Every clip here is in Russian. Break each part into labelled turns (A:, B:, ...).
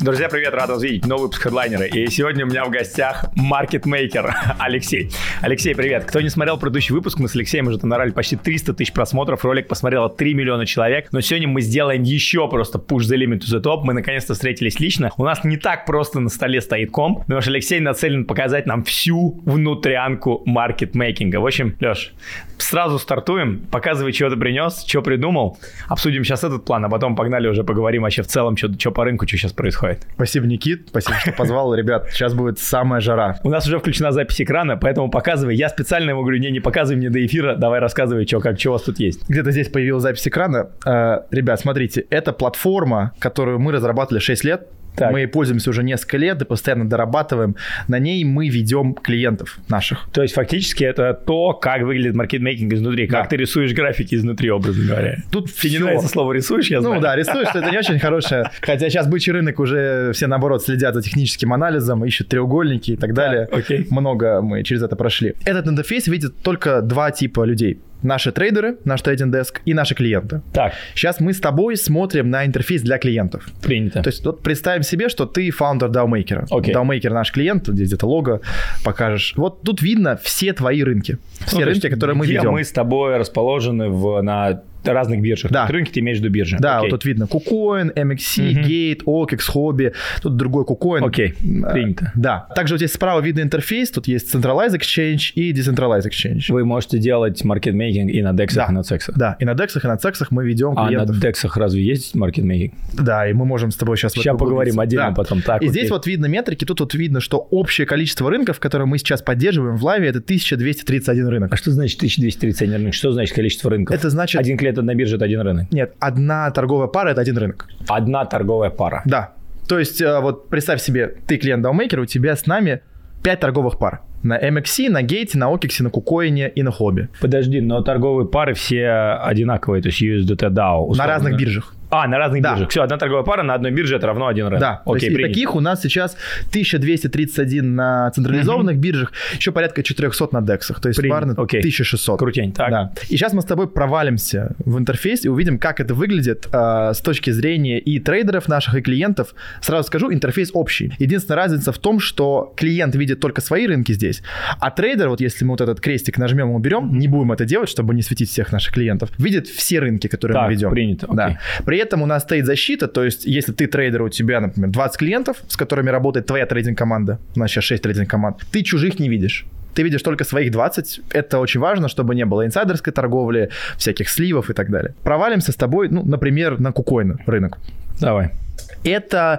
A: Друзья, привет, рад вас видеть. Новый выпуск Headliner. И сегодня у меня в гостях маркетмейкер Алексей. Алексей, привет. Кто не смотрел предыдущий выпуск, мы с Алексеем уже набрали почти 300 тысяч просмотров. Ролик посмотрело 3 миллиона человек. Но сегодня мы сделаем еще просто push the limit to the top. Мы наконец-то встретились лично. У нас не так просто на столе стоит комп, потому что Алексей нацелен показать нам всю внутрянку маркетмейкинга. В общем, Леш, сразу стартуем. Показывай, что ты принес, что придумал. Обсудим сейчас этот план, а потом погнали уже поговорим вообще в целом, что по рынку, что сейчас происходит.
B: Спасибо, Никит. Спасибо, что позвал. Ребят, сейчас будет самая жара.
A: У нас уже включена запись экрана, поэтому показывай. Я специально ему говорю, не показывай мне до эфира, давай рассказывай, что у вас тут есть.
B: Где-то здесь появилась запись экрана. Ребят, смотрите, это платформа, которую мы разрабатывали 6 лет. Так. Мы ей пользуемся уже несколько лет и постоянно дорабатываем. На ней мы ведем клиентов наших.
A: То есть фактически это то, как выглядит маркетмейкинг изнутри, как ты рисуешь графики изнутри, образно говоря.
B: Тут
A: тебе не нравится слово «рисуешь», я знаю.
B: Ну да, рисуешь, это не очень хорошее. Хотя сейчас бычий рынок уже все, наоборот, следят за техническим анализом, ищут треугольники и так далее.
A: Окей.
B: Много мы через это прошли. Этот интерфейс видит только два типа людей. Наши трейдеры, наш трейдинг-деск и наши клиенты.
A: Так.
B: Сейчас мы с тобой смотрим на интерфейс для клиентов.
A: Принято.
B: То есть вот представим себе, что ты фаундер DAO-мейкера.
A: Okay.
B: DAO-мейкер наш клиент, здесь где-то лого покажешь. Вот тут видно все твои рынки. Все рынки, которые мы ведем.
A: Мы с тобой расположены на разных биржах.
B: Да.
A: Рынки ты имеешь в виду биржи.
B: Да, вот тут видно KuCoin, MXC, Gate, OKX, Hobby. Тут другой KuCoin.
A: Окей, принято.
B: Да. Также вот здесь справа видно интерфейс. Тут есть Centralized Exchange и Decentralized Exchange.
A: Вы можете делать маркетмейкинг и на дексах, и на цексах.
B: Да, и на дексах, и на цексах мы ведем клиентов.
A: А на дексах разве есть маркетмейкинг?
B: Да, и мы можем с тобой сейчас...
A: Сейчас поговорим отдельно потом. Так,
B: и здесь вот видно метрики. Тут вот видно, что общее количество рынков, которые мы сейчас поддерживаем в лайве, это 1231 рынок.
A: А что значит 1231 рынок? Что значит количество рынков?
B: Это значит...
A: Один клиент на бирже – это один рынок.
B: Нет, одна торговая пара – это один рынок.
A: Одна торговая пара.
B: Да. То есть вот представь себе, ты клиент DAO-мейкера, у тебя с нами 5 торговых пар. На MXC, на Gate, на OKX, на KuCoin и на Hobby.
A: Подожди, но торговые пары все одинаковые, то есть USDT DAO. Условно.
B: На разных биржах.
A: На разных биржах. Все, одна торговая пара на одной бирже это равно один рынок.
B: Да,
A: окей,
B: то есть таких у нас сейчас 1231 на централизованных биржах, еще порядка 400 на дексах, то есть парно 1600.
A: Крутень, так.
B: Да. И сейчас мы с тобой провалимся в интерфейс и увидим, как это выглядит с точки зрения и трейдеров наших, и клиентов. Сразу скажу, интерфейс общий. Единственная разница в том, что клиент видит только свои рынки здесь, а трейдер, вот если мы вот этот крестик нажмем и уберем, не будем это делать, чтобы не светить всех наших клиентов, видит все рынки, которые мы ведем.
A: Принято.
B: Да. При этом у нас стоит защита, то есть если ты трейдер, у тебя, например, 20 клиентов, с которыми работает твоя трейдинг-команда, у нас сейчас 6 трейдинг-команд, ты чужих не видишь. Ты видишь только своих 20. Это очень важно, чтобы не было инсайдерской торговли, всяких сливов и так далее. Провалимся с тобой, например, на KuCoin рынок.
A: Давай.
B: Это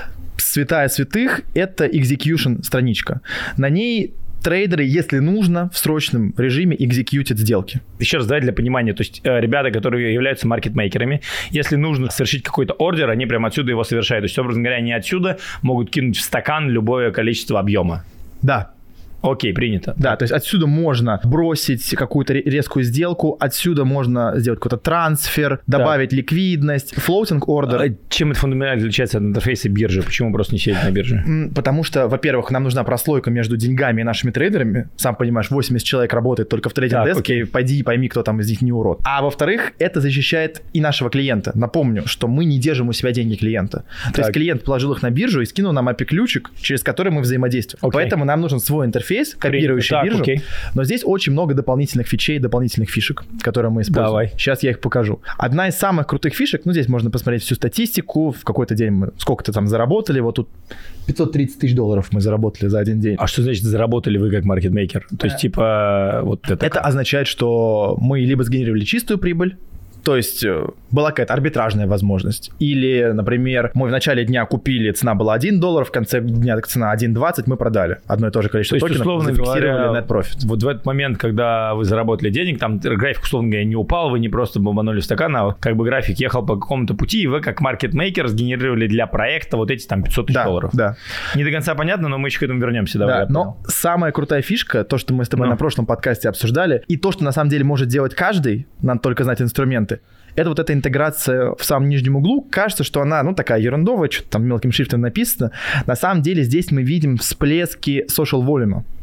B: святая святых, это execution страничка. На ней трейдеры, если нужно, в срочном режиме экзекьютят сделки.
A: Еще раз, давай для понимания, то есть ребята, которые являются маркетмейкерами, если нужно совершить какой-то ордер, они прямо отсюда его совершают. То есть, образно говоря, они отсюда могут кинуть в стакан любое количество объема.
B: Да.
A: Окей, принято.
B: Да, то есть отсюда можно бросить какую-то резкую сделку, отсюда можно сделать какой-то трансфер, добавить ликвидность, флоутинг ордер.
A: Чем это фундаментально отличается от интерфейса биржи? Почему просто не сидеть на бирже?
B: Потому что, во-первых, нам нужна прослойка между деньгами и нашими трейдерами. Сам понимаешь, 80 человек работает только в трейдинг-деске, пойди и пойми, кто там из них не урод. А во-вторых, это защищает и нашего клиента. Напомню, что мы не держим у себя деньги клиента. То есть клиент положил их на биржу и скинул нам API-ключик, через который мы взаимодействуем. Поэтому нам нужен свой интерфейс, копирующий биржу. Но здесь очень много дополнительных фичей, дополнительных фишек, которые мы используем.
A: Давай.
B: Сейчас я их покажу. Одна из самых крутых фишек, здесь можно посмотреть всю статистику, в какой-то день мы сколько-то там заработали, вот тут $530 тысяч мы заработали за один день.
A: А что значит заработали вы как маркетмейкер? То есть типа вот это?
B: Это означает, что мы либо сгенерировали чистую прибыль, то есть была какая-то арбитражная возможность. Или, например, мы в начале дня купили, цена была $1, в конце дня цена 1.20, мы продали одно и то же количество токенов,
A: условно
B: зафиксировали net profit.
A: Вот в этот момент, когда вы заработали денег, там график, условно говоря, не упал, вы не просто бомбанули в стакан, а как бы график ехал по какому-то пути, и вы как маркетмейкер сгенерировали для проекта вот эти там $500 тысяч.
B: Да.
A: Не до конца понятно, но мы еще к этому вернемся. Давай,
B: да, но самая крутая фишка, то, что мы с тобой на прошлом подкасте обсуждали, и то, что на самом деле может делать каждый, надо только знать инструменты, это вот эта интеграция в самом нижнем углу. Кажется, что она, такая ерундовая, что-то там мелким шрифтом написано. На самом деле здесь мы видим всплески social volume.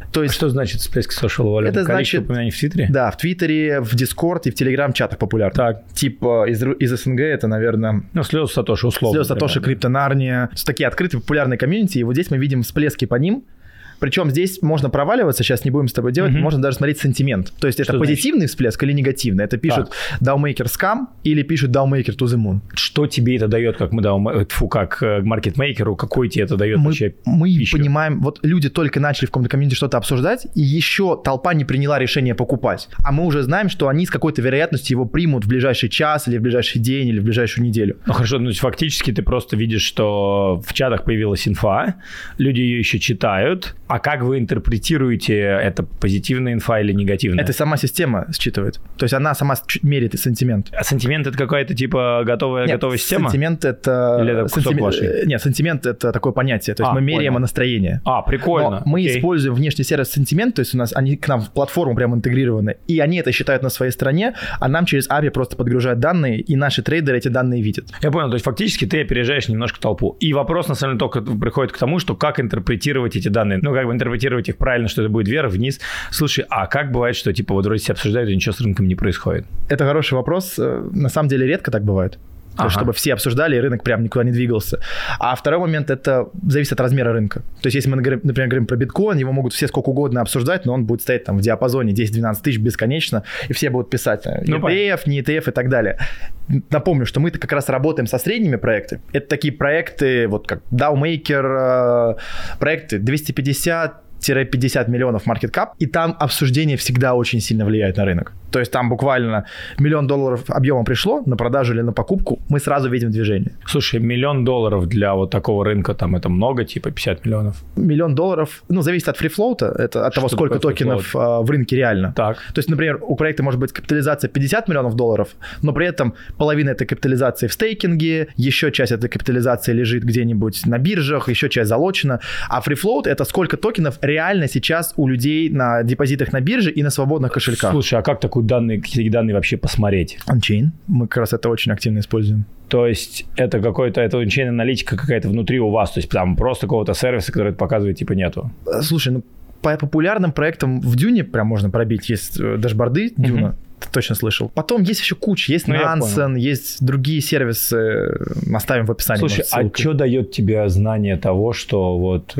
B: То есть,
A: что значит всплеск social volume?
B: Это
A: количество упоминаний в Твиттере?
B: Да, в Твиттере, в Discord и в Telegram-чатах популярно.
A: Так.
B: Типа из СНГ это, наверное...
A: Слезы Сатоши, условно.
B: Слезы Сатоши, Криптонарния. Такие открытые популярные комьюнити, и вот здесь мы видим всплески по ним. Причем здесь можно проваливаться, сейчас не будем с тобой делать, можно даже смотреть сентимент. То есть это
A: что
B: позитивный всплеск или негативный. Это пишут DAOmaker scam или пишут DAOmaker to the moon.
A: Что тебе это дает, как маркетмейкеру, какой тебе это дает вообще
B: Мы
A: пищу?
B: понимаем, вот люди только начали в каком-то комьюнити что-то обсуждать, и еще толпа не приняла решение покупать. А мы уже знаем, что они с какой-то вероятностью его примут в ближайший час или в ближайший день или в ближайшую неделю.
A: Ну хорошо, то есть фактически ты просто видишь, что в чатах появилась инфа, люди ее еще читают. А как вы интерпретируете, это позитивная инфа или негативная?
B: Это сама система считывает. То есть она сама меряет сентимент.
A: А сентимент это какая-то типа готовая система?
B: Сентимент это...
A: Или это кусок вашей?
B: Нет, сентимент это такое понятие. То есть мы меряем настроение.
A: Прикольно.
B: Но мы используем внешний сервис сентимент, то есть у нас они к нам в платформу прям интегрированы, и они это считают на своей стороне, а нам через API просто подгружают данные, и наши трейдеры эти данные видят.
A: Я понял, то есть фактически ты опережаешь немножко толпу. И вопрос на самом деле только приходит к тому, что как интерпретировать эти данные. Как бы интерпретировать их правильно, что это будет вверх, вниз. Слушай, а как бывает, что типа вот вроде все обсуждают, и ничего с рынком не происходит?
B: Это хороший вопрос. На самом деле редко так бывает. То есть, чтобы все обсуждали, и рынок прям никуда не двигался. А второй момент, это зависит от размера рынка. То есть, если мы, например, говорим про биткоин, его могут все сколько угодно обсуждать, но он будет стоять там в диапазоне 10-12 тысяч бесконечно, и все будут писать ETF, не ETF и так далее. Напомню, что мы-то как раз работаем со средними проектами. Это такие проекты, вот как DAOmaker, проекты 250-50 миллионов market cap, и там обсуждение всегда очень сильно влияет на рынок. То есть там буквально $1 миллион объема пришло на продажу или на покупку, мы сразу видим движение.
A: Слушай, $1 миллион для вот такого рынка, там это много, типа 50 миллионов?
B: $1 миллион, зависит от фрифлоута, это от того, сколько токенов в рынке реально.
A: Так.
B: То есть, например, у проекта может быть капитализация $50 миллионов, но при этом половина этой капитализации в стейкинге, еще часть этой капитализации лежит где-нибудь на биржах, еще часть залочена, а фрифлоут — это сколько токенов реально сейчас у людей на депозитах на бирже и на свободных кошельках.
A: Слушай, а как такие данные вообще посмотреть?
B: On-chain. Мы как раз это очень активно используем.
A: То есть это on-chain аналитика какая-то внутри у вас, то есть там просто какого-то сервиса, который это показывает, типа нету?
B: Слушай, по популярным проектам в Дюне прям можно пробить, есть дашборды Дюна. Ты точно слышал. Потом есть еще куча, есть Nansen, есть другие сервисы, оставим в описании.
A: Слушай, а что дает тебе знание того, что вот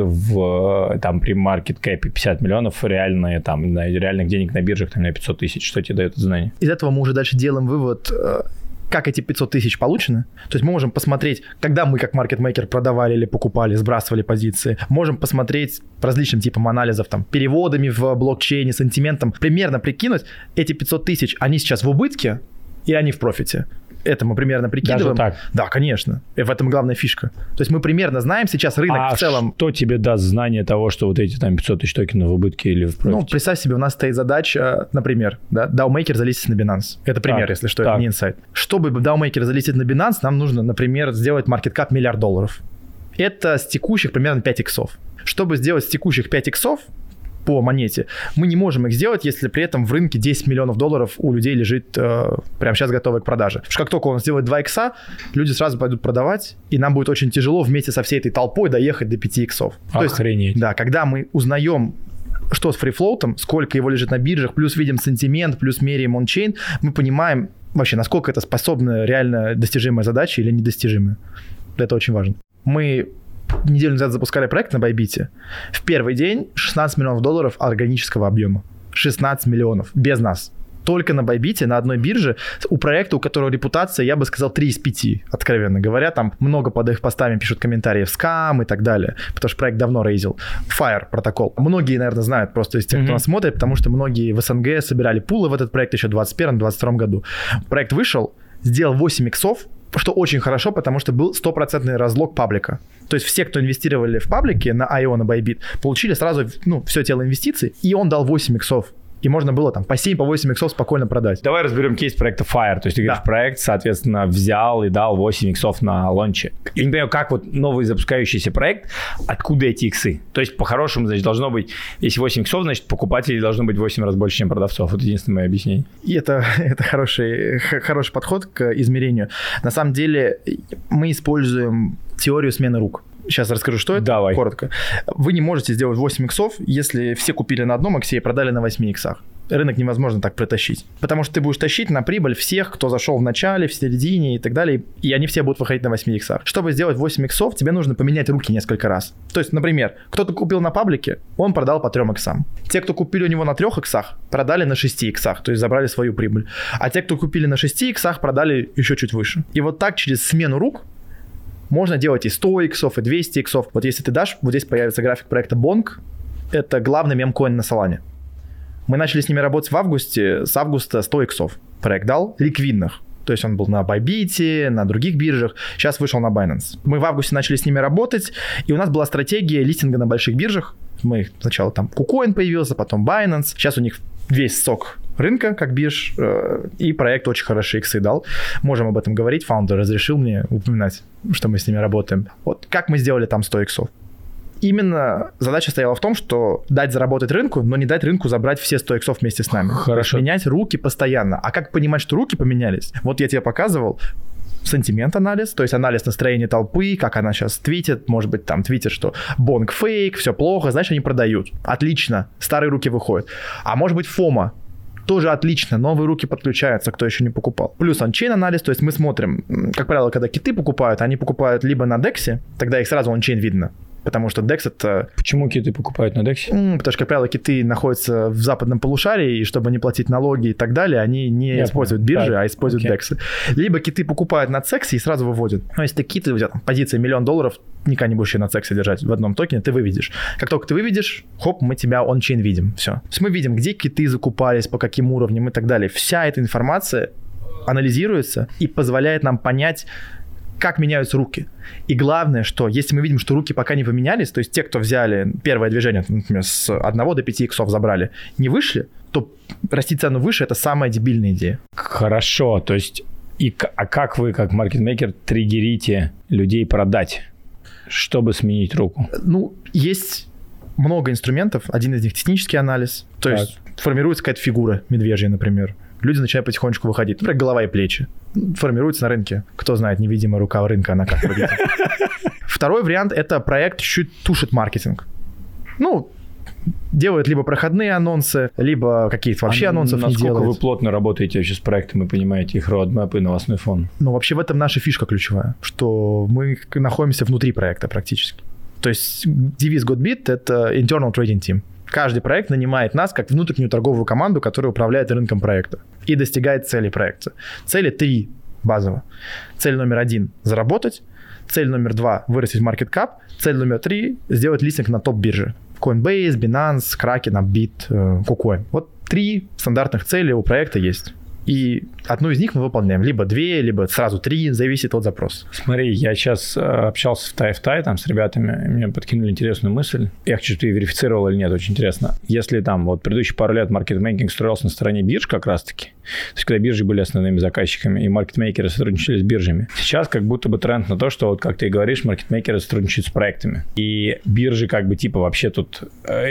A: там при market cap 50 миллионов реальных денег на биржах там на 500 тысяч, что тебе дает это знание?
B: Из этого мы уже дальше делаем вывод, как эти 500 тысяч получены. То есть мы можем посмотреть, когда мы как маркетмейкер продавали или покупали, сбрасывали позиции. Можем посмотреть по различным типам анализов, там, переводами в блокчейне, сентиментом. Примерно прикинуть, эти 500 тысяч, они сейчас в убытке или они в профите. Это мы примерно прикидываем.
A: Даже так?
B: Да, конечно. И в этом главная фишка. То есть мы примерно знаем сейчас рынок в целом.
A: Что тебе даст знание того, что вот эти там 500 тысяч токенов в убытке или в профите?
B: Представь себе, у нас стоит задача, например, DAOmaker залистить на Binance. Это пример, если что, это не инсайт. Чтобы DAOmaker залистить на Binance, нам нужно, например, сделать market cap $1 миллиард. Это с текущих примерно 5 иксов. Чтобы сделать с текущих 5 иксов по монете, мы не можем их сделать, если при этом в рынке $10 миллионов у людей лежит прямо сейчас готовы к продаже. Потому что как только он сделает 2 икса, люди сразу пойдут продавать, и нам будет очень тяжело вместе со всей этой толпой доехать до 5 иксов.
A: Охренеть.
B: То есть, когда мы узнаем, что с фрифлоутом, сколько его лежит на биржах, плюс видим сентимент, плюс меряем он-чейн, мы понимаем вообще, насколько это способная реально достижимая задача или недостижимая. Это очень важно. Мы неделю назад запускали проект на Bybit. В первый день $16 миллионов органического объема. 16 миллионов. Без нас. Только на Bybit, на одной бирже, у проекта, у которого репутация, я бы сказал, 3 из 5, откровенно говоря. Там много под их постами пишут комментарии, скам и так далее. Потому что проект давно рейзил. Fire протокол. Многие, наверное, знают просто из тех, кто нас смотрит, потому что многие в СНГ собирали пулы в этот проект еще в 2021-2022 году. Проект вышел, сделал 8 иксов, что очень хорошо, потому что был 100% разлог паблика. То есть все, кто инвестировали в паблике на IO, на Bybit, получили сразу все тело инвестиций, и он дал 8 иксов. И можно было там по 7, по 8 иксов спокойно продать.
A: Давай разберем кейс проекта Fire. То есть ты говоришь, проект, соответственно, взял и дал 8 иксов на лонче. Я не понимаю, как вот новый запускающийся проект, откуда эти иксы? То есть по-хорошему, значит, должно быть, если 8 иксов, значит, покупателей должно быть 8 раз больше, чем продавцов. Вот единственное мое объяснение.
B: И это хороший подход к измерению. На самом деле мы используем теорию смены рук. Сейчас расскажу, что это.
A: Давай.
B: Коротко. Вы не можете сделать 8 иксов, если все купили на одном иксе и продали на 8 иксах. Рынок невозможно так протащить. Потому что ты будешь тащить на прибыль всех, кто зашел в начале, в середине и так далее, и они все будут выходить на 8 иксах. Чтобы сделать 8 иксов, тебе нужно поменять руки несколько раз. То есть, например, кто-то купил на паблике, он продал по 3 иксам. Те, кто купили у него на 3 иксах, продали на 6 иксах, то есть забрали свою прибыль. А те, кто купили на 6 иксах, продали еще чуть выше. И вот так через смену рук можно делать и 100 иксов, и 200 иксов. Вот если ты дашь, вот здесь появится график проекта Bonk. Это главный мемкоин на Solana. Мы начали с ними работать в августе. С августа 100 иксов проект дал, ликвидных. То есть он был на Bybit, на других биржах. Сейчас вышел на Binance. Мы в августе начали с ними работать. И у нас была стратегия листинга на больших биржах. Мы сначала там KuCoin появился, потом Binance. Сейчас у них весь сок рынка, как бирж. И проект очень хорошие иксы дал. Можем об этом говорить. Фаундер разрешил мне упоминать, что мы с ними работаем. Вот как мы сделали там 100 иксов. Именно задача стояла в том, что дать заработать рынку, но не дать рынку забрать все 100 иксов вместе с нами.
A: Хорошо.
B: Менять руки постоянно. А как понимать, что руки поменялись? Вот я тебе показывал сентимент-анализ, то есть анализ настроения толпы, как она сейчас твитит, может быть, там твитит, что Bonk фейк, все плохо, значит, они продают. Отлично, старые руки выходят. А может быть, FOMO. Тоже отлично, новые руки подключаются, кто еще не покупал. Плюс ончейн анализ, то есть мы смотрим, как правило, когда киты покупают, они покупают либо на DEX, тогда их сразу ончейн видно. Потому что DEX это...
A: Почему киты покупают на DEX?
B: Потому что, как правило, киты находятся в западном полушарии, и чтобы не платить налоги и так далее, они не используют биржи, а используют DEX. Либо киты покупают на CEX и сразу выводят. Но если ты киты, у тебя там позиция $1 миллион, никогда не будешь ее на CEX держать в одном токене, ты выведешь. Как только ты выведешь, хоп, мы тебя ончейн видим. Все. То есть мы видим, где киты закупались, по каким уровням и так далее. Вся эта информация анализируется и позволяет нам понять, как меняются руки. И главное, что если мы видим, что руки пока не поменялись, то есть те, кто взяли первое движение, например, с 1 до 5 иксов забрали, не вышли, то растить цену выше – это самая дебильная идея.
A: Хорошо, то есть, а как вы, как маркетмейкер, триггерите людей продать, чтобы сменить руку?
B: Ну, есть много инструментов, один из них технический анализ, то есть формируется какая-то фигура медвежья, например. Люди начинают потихонечку выходить. Например, голова и плечи. Формируется на рынке. Кто знает, невидимая рука рынка, она как выглядит. Второй вариант – это проект чуть тушит маркетинг. Ну, делает либо проходные анонсы, либо какие-то вообще анонсов не делает.
A: Насколько вы плотно работаете вообще с проектами, понимаете их roadmap и новостной фон?
B: Ну, вообще в этом наша фишка ключевая, что мы находимся внутри проекта практически. То есть девиз Godbit – это internal trading team. Каждый проект нанимает нас как внутреннюю торговую команду, которая управляет рынком проекта и достигает целей проекта. Цели 3 базово. Цель номер 1 – заработать. Цель номер 2 – вырастить market cap. Цель номер 3 – сделать листинг на топ-бирже. Coinbase, Binance, Kraken, Upbit, KuCoin. Вот 3 стандартных цели у проекта есть. И одну из них мы выполняем. Либо 2, либо сразу 3, зависит от запроса.
A: Смотри, я сейчас общался в TIE там с ребятами, мне подкинули интересную мысль. Я хочу, чтобы ты верифицировал или нет, очень интересно. Если там вот предыдущие пару лет маркетмейкинг строился на стороне бирж как раз-таки, то есть когда биржи были основными заказчиками, и маркетмейкеры сотрудничали с биржами, сейчас как будто бы тренд на то, что вот как ты и говоришь, маркетмейкеры сотрудничают с проектами. И биржи как бы типа вообще тут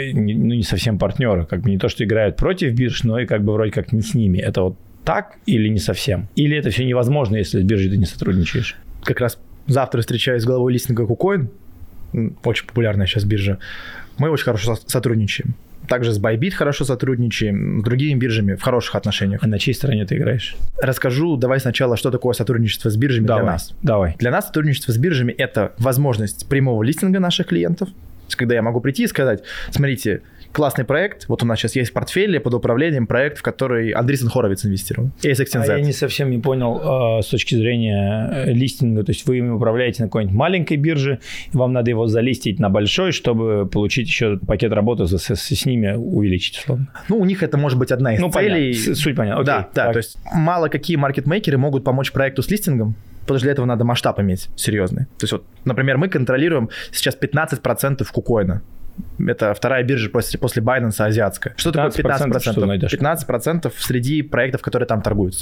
A: не совсем партнеры, как бы не то, что играют против бирж, но и как бы вроде как не с ними. Это вот так или не совсем? Или это все невозможно, если с биржей ты не сотрудничаешь?
B: Как раз завтра встречаюсь с главой листинга KuCoin, очень популярная сейчас биржа. Мы очень хорошо сотрудничаем. Также с Bybit хорошо сотрудничаем, с другими биржами в хороших отношениях.
A: А на чьей стороне ты играешь?
B: Расскажу, давай сначала, что такое сотрудничество с биржами для нас.
A: Давай.
B: Для нас сотрудничество с биржами – это возможность прямого листинга наших клиентов. То есть, когда я могу прийти и сказать, смотрите, классный проект, вот у нас сейчас есть в портфеле под управлением проект, в который Андрисен Хоровиц инвестировал. ASXNZ.
A: Я не совсем не понял с точки зрения листинга, то есть вы им управляете на какой-нибудь маленькой бирже, и вам надо его залистить на большой, чтобы получить еще пакет работы с ними увеличить, условно.
B: Ну, у них это может быть одна из целей.
A: Понятно. Суть понятна. Окей.
B: Да, то есть мало какие маркетмейкеры могут помочь проекту с листингом, потому что для этого надо масштаб иметь серьезный. То есть вот, например, мы контролируем сейчас 15% KuCoin. Это вторая биржа после Binance азиатская. Что такое 15%?
A: Что
B: 15% среди проектов, которые там торгуются.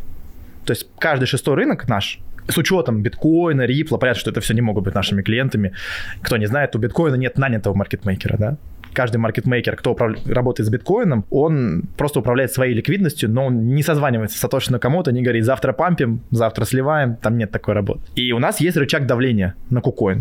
B: То есть каждый шестой рынок наш, с учетом биткоина, рипла, понятно, что это все не могут быть нашими клиентами. Кто не знает, у биткоина нет нанятого маркетмейкера, да? Каждый маркетмейкер, кто работает с биткоином, он просто управляет своей ликвидностью, но он не созванивается с Сатоши Накамото, не говорит, завтра пампим, завтра сливаем, там нет такой работы. И у нас есть рычаг давления на KuCoin.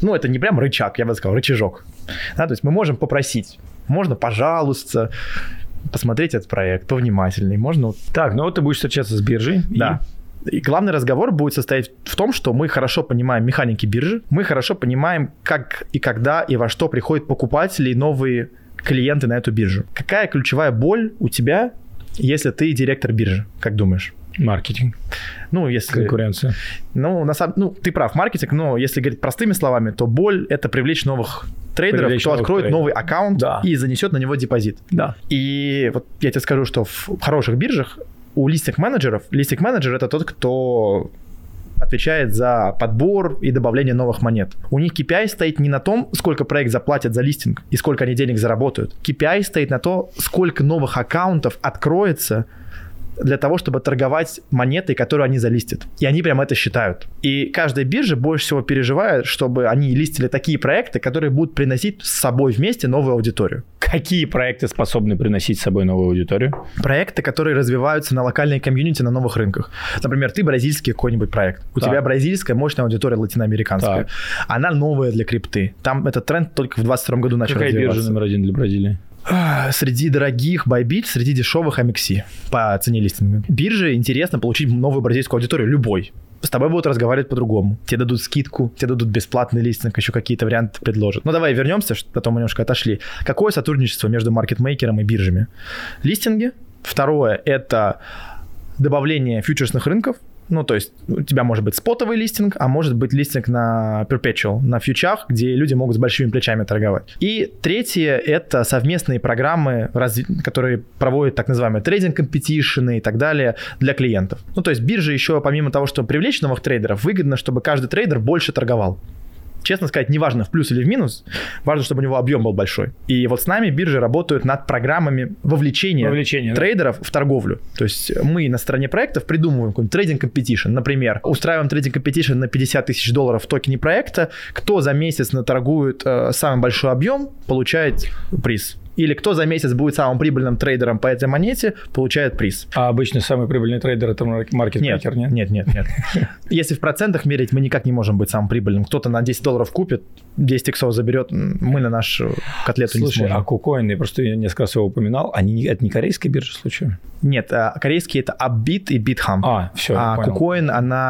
B: ну, это не прям рычаг, я бы сказал, рычажок. Да, то есть мы можем попросить, можно, пожалуйста, посмотреть этот проект повнимательнее, можно...
A: Так, ну вот ты будешь встречаться с биржей.
B: Да. И главный разговор будет состоять в том, что мы хорошо понимаем механики биржи, мы хорошо понимаем, как и когда и во что приходят покупатели и новые клиенты на эту биржу. Какая ключевая боль у тебя, если ты директор биржи, как думаешь?
A: Маркетинг.
B: Ну, если...
A: Конкуренция.
B: Ну, ты прав, маркетинг, но если говорить простыми словами, то боль — это привлечь новых трейдеров, кто откроет новый аккаунт и занесет на него депозит.
A: Да.
B: И вот я тебе скажу, что в хороших биржах у листинг-менеджеров, листинг-менеджер — это тот, кто отвечает за подбор и добавление новых монет. У них KPI стоит не на том, сколько проект заплатят за листинг и сколько они денег заработают. KPI стоит на то, сколько новых аккаунтов откроется для того, чтобы торговать монетой, которую они залистят. И они прям это считают. И каждая биржа больше всего переживает, чтобы они листили такие проекты, которые будут приносить с собой вместе новую аудиторию.
A: Какие проекты способны приносить с собой новую аудиторию?
B: Проекты, которые развиваются на локальной комьюнити на новых рынках. Например, ты бразильский какой-нибудь проект. У тебя бразильская мощная аудитория латиноамериканская. Она новая для крипты. Там этот тренд только в 2022 году начал развиваться.
A: Какая биржа номер 1 для Бразилии?
B: Среди дорогих Bybit, среди дешевых AMEXI по цене листинга. Бирже интересно получить новую бразильскую аудиторию, любой. С тобой будут разговаривать по-другому. Тебе дадут скидку, тебе дадут бесплатный листинг, еще какие-то варианты предложат. Ну давай вернемся, потом мы немножко отошли. Какое сотрудничество между маркетмейкером и биржами? Листинги. Второе – это добавление фьючерсных рынков. Ну, то есть у тебя может быть спотовый листинг, а может быть листинг на perpetual, на фьючах, где люди могут с большими плечами торговать. И третье – это совместные программы, которые проводят так называемые трейдинг-компетишены и так далее для клиентов. Ну, то есть биржа еще, помимо того, чтобы привлечь новых трейдеров, выгодно, чтобы каждый трейдер больше торговал. Честно сказать, неважно, в плюс или в минус, важно, чтобы у него объем был большой. И вот с нами биржи работают над программами вовлечения трейдеров в торговлю. То есть мы на стороне проектов придумываем какой-нибудь трейдинг-компетишн. Например, устраиваем трейдинг-компетишн на $50 тысяч в токене проекта. Кто за месяц наторгует самый большой объем, получает приз. Или кто за месяц будет самым прибыльным трейдером по этой монете, получает приз.
A: А обычно самый прибыльный трейдер – это маркетмейкер, нет?
B: Нет. Если в процентах мерить, мы никак не можем быть самым прибыльным. Кто-то на $10 купит, 10 иксов заберет, мы на нашу котлету не сможем.
A: Слушай, а KuCoin, просто я несколько раз его упоминал, это не корейская биржа, случайно?
B: Нет, корейские – это Upbit и BitHump.
A: Все,
B: а KuCoin,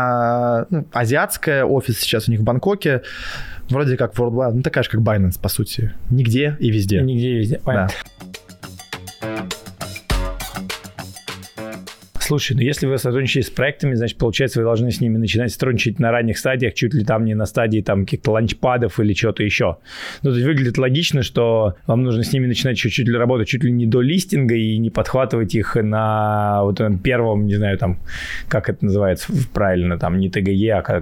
B: она азиатская, офис сейчас у них в Бангкоке. Вроде как Worldwide, такая же, как Binance, по сути. Нигде и везде.
A: Нигде и везде, понятно.
B: Да.
A: Слушай, ну если вы сотрудничаете с проектами, значит, получается, вы должны с ними начинать сотрудничать на ранних стадиях, чуть ли там не на стадии там каких-то ланчпадов или чего-то еще. Ну, то есть выглядит логично, что вам нужно с ними начинать чуть-чуть работать чуть ли не до листинга и не подхватывать их на вот первом, не знаю, там, как это называется правильно, там, не ТГЕ, а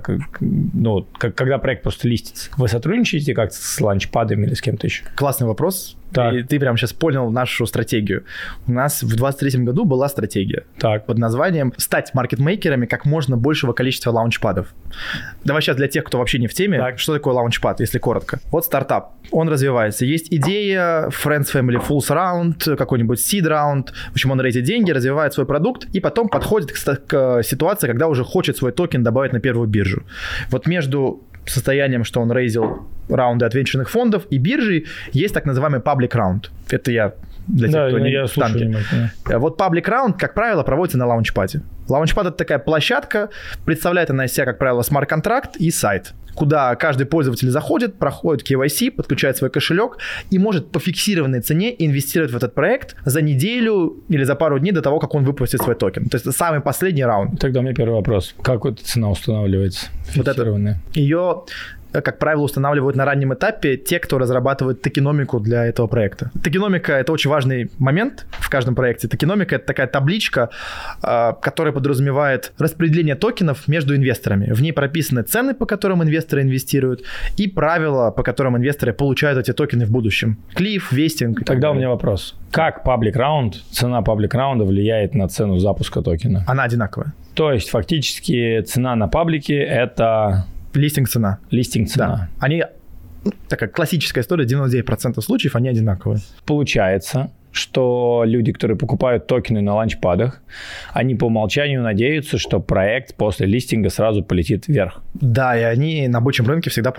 A: когда проект просто листится. Вы сотрудничаете как-то с ланчпадами или с кем-то еще?
B: Классный вопрос.
A: Так.
B: И ты прямо сейчас понял нашу стратегию. У нас в 2023 году была стратегия под названием «Стать маркетмейкерами как можно большего количества лаунчпадов». Давай сейчас для тех, кто вообще не в теме, что такое лаунчпад, если коротко. Вот стартап, он развивается. Есть идея, Friends, Family, Fools Round, какой-нибудь Seed Round. В общем, он рейтит деньги, развивает свой продукт и потом подходит к ситуации, когда уже хочет свой токен добавить на первую биржу. Вот между состоянием, что он рейзил раунды от венчурных фондов и биржи, есть так называемый public round. Это я для тех, кто не в танке. Вот public round, как правило, проводится на лаунчпаде. Лаунчпад — это такая площадка, представляет она из себя, как правило, смарт-контракт и сайт, куда каждый пользователь заходит, проходит KYC, подключает свой кошелек и может по фиксированной цене инвестировать в этот проект за неделю или за пару дней до того, как он выпустит свой токен. То есть это самый последний раунд.
A: Тогда у меня первый вопрос. Как эта цена устанавливается? Фиксированная?
B: Ее, как правило, устанавливают на раннем этапе те, кто разрабатывает токеномику для этого проекта. Токеномика — это очень важный момент в каждом проекте. Токеномика — это такая табличка, которая подразумевает распределение токенов между инвесторами. В ней прописаны цены, по которым инвесторы инвестируют, и правила, по которым инвесторы получают эти токены в будущем. Клифф, вестинг.
A: Тогда у меня вопрос. Как public round, цена public раунда влияет на цену запуска токена?
B: Она одинаковая.
A: То есть фактически цена на паблике — это...
B: Листинг-цена.
A: Листинг-цена.
B: Да. Они, такая классическая история, 99% случаев они одинаковые.
A: Получается, что люди, которые покупают токены на ланчпадах, они по умолчанию надеются, что проект после листинга сразу полетит вверх.
B: Да, и они на бычьем рынке всегда правы.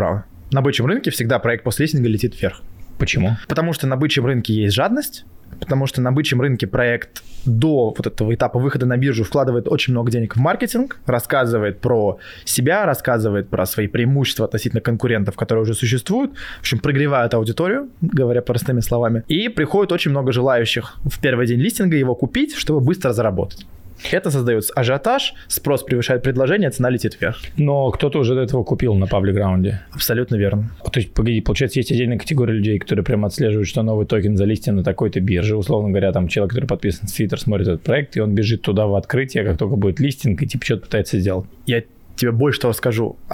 B: На бычьем рынке всегда проект после листинга летит вверх.
A: Почему?
B: Потому что на бычьем рынке есть жадность, потому что на бычьем рынке проект до вот этого этапа выхода на биржу вкладывает очень много денег в маркетинг, рассказывает про себя, рассказывает про свои преимущества относительно конкурентов, которые уже существуют, в общем, прогревает аудиторию, говоря простыми словами, и приходит очень много желающих в первый день листинга его купить, чтобы быстро заработать. Это создает ажиотаж, спрос превышает предложение, цена летит вверх.
A: Но кто-то уже до этого купил на паблик-раунде.
B: Абсолютно верно.
A: То есть, погоди, получается, есть отдельная категория людей, которые прямо отслеживают, что новый токен залистен на такой-то бирже. Условно говоря, там человек, который подписан в Twitter, смотрит этот проект, и он бежит туда в открытие, как только будет листинг, и типа что-то пытается сделать.
B: Я тебе больше того скажу. У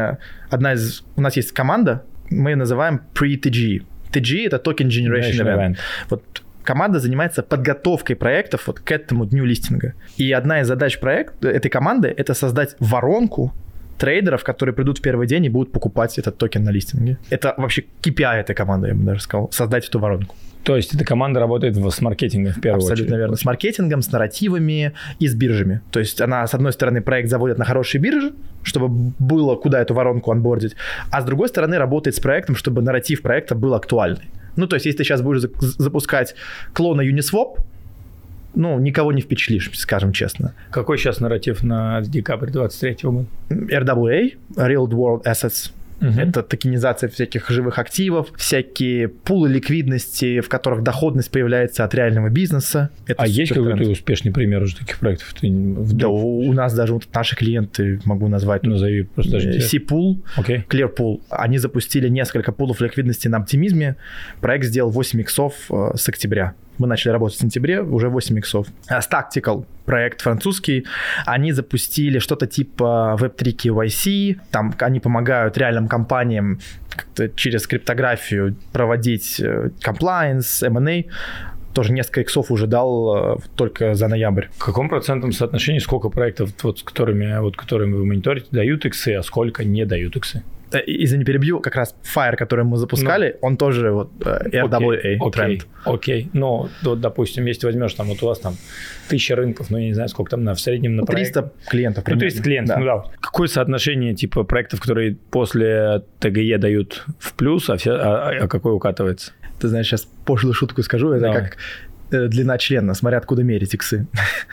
B: нас есть команда, мы ее называем pre-TG. TG — это Token Generation Event. Вот команда занимается подготовкой проектов вот к этому дню листинга. И одна из задач этой команды — это создать воронку трейдеров, которые придут в первый день и будут покупать этот токен на листинге. Это вообще KPI этой команды, я бы даже сказал, создать эту воронку.
A: То есть эта команда работает с маркетингом в первую очередь?
B: Абсолютно верно. С маркетингом, с нарративами и с биржами. То есть она, с одной стороны, проект заводит на хорошие биржи, чтобы было куда эту воронку онбордить, а с другой стороны работает с проектом, чтобы нарратив проекта был актуальный. Ну, то есть, если ты сейчас будешь запускать клона Uniswap, никого не впечатлишь, скажем честно.
A: Какой сейчас нарратив на декабрь 23 года?
B: RWA, Real World Assets. Это токенизация всяких живых активов, всякие пулы ликвидности, в которых доходность появляется от реального бизнеса. Это
A: есть какой-то успешный пример уже таких проектов?
B: Да, у нас даже вот наши клиенты, могу назвать.
A: Назови просто даже.
B: C-Pool, Clearpool. Они запустили несколько пулов ликвидности на оптимизме. Проект сделал 8 иксов с октября. Мы начали работать в сентябре, уже 8 иксов. Stactical, проект французский, они запустили что-то типа Web3 KYC, там они помогают реальным компаниям как-то через криптографию проводить compliance, M&A. Тоже несколько иксов уже дал только за ноябрь.
A: В каком процентном соотношении сколько проектов, с которыми вы мониторите, дают иксы, а сколько не дают иксы?
B: Извини, перебью, как раз Fire, который мы запускали, он тоже RWA тренд.
A: Окей. Допустим, если возьмешь, там вот у вас там 1000 рынков, я не знаю, сколько там в среднем на проект.
B: 300 клиентов примерно.
A: 300 клиентов, да. Какое соотношение типа проектов, которые после ТГЕ дают в плюс, а какой укатывается?
B: Ты знаешь, сейчас пошлую шутку скажу, это как длина члена, смотря откуда мерить иксы.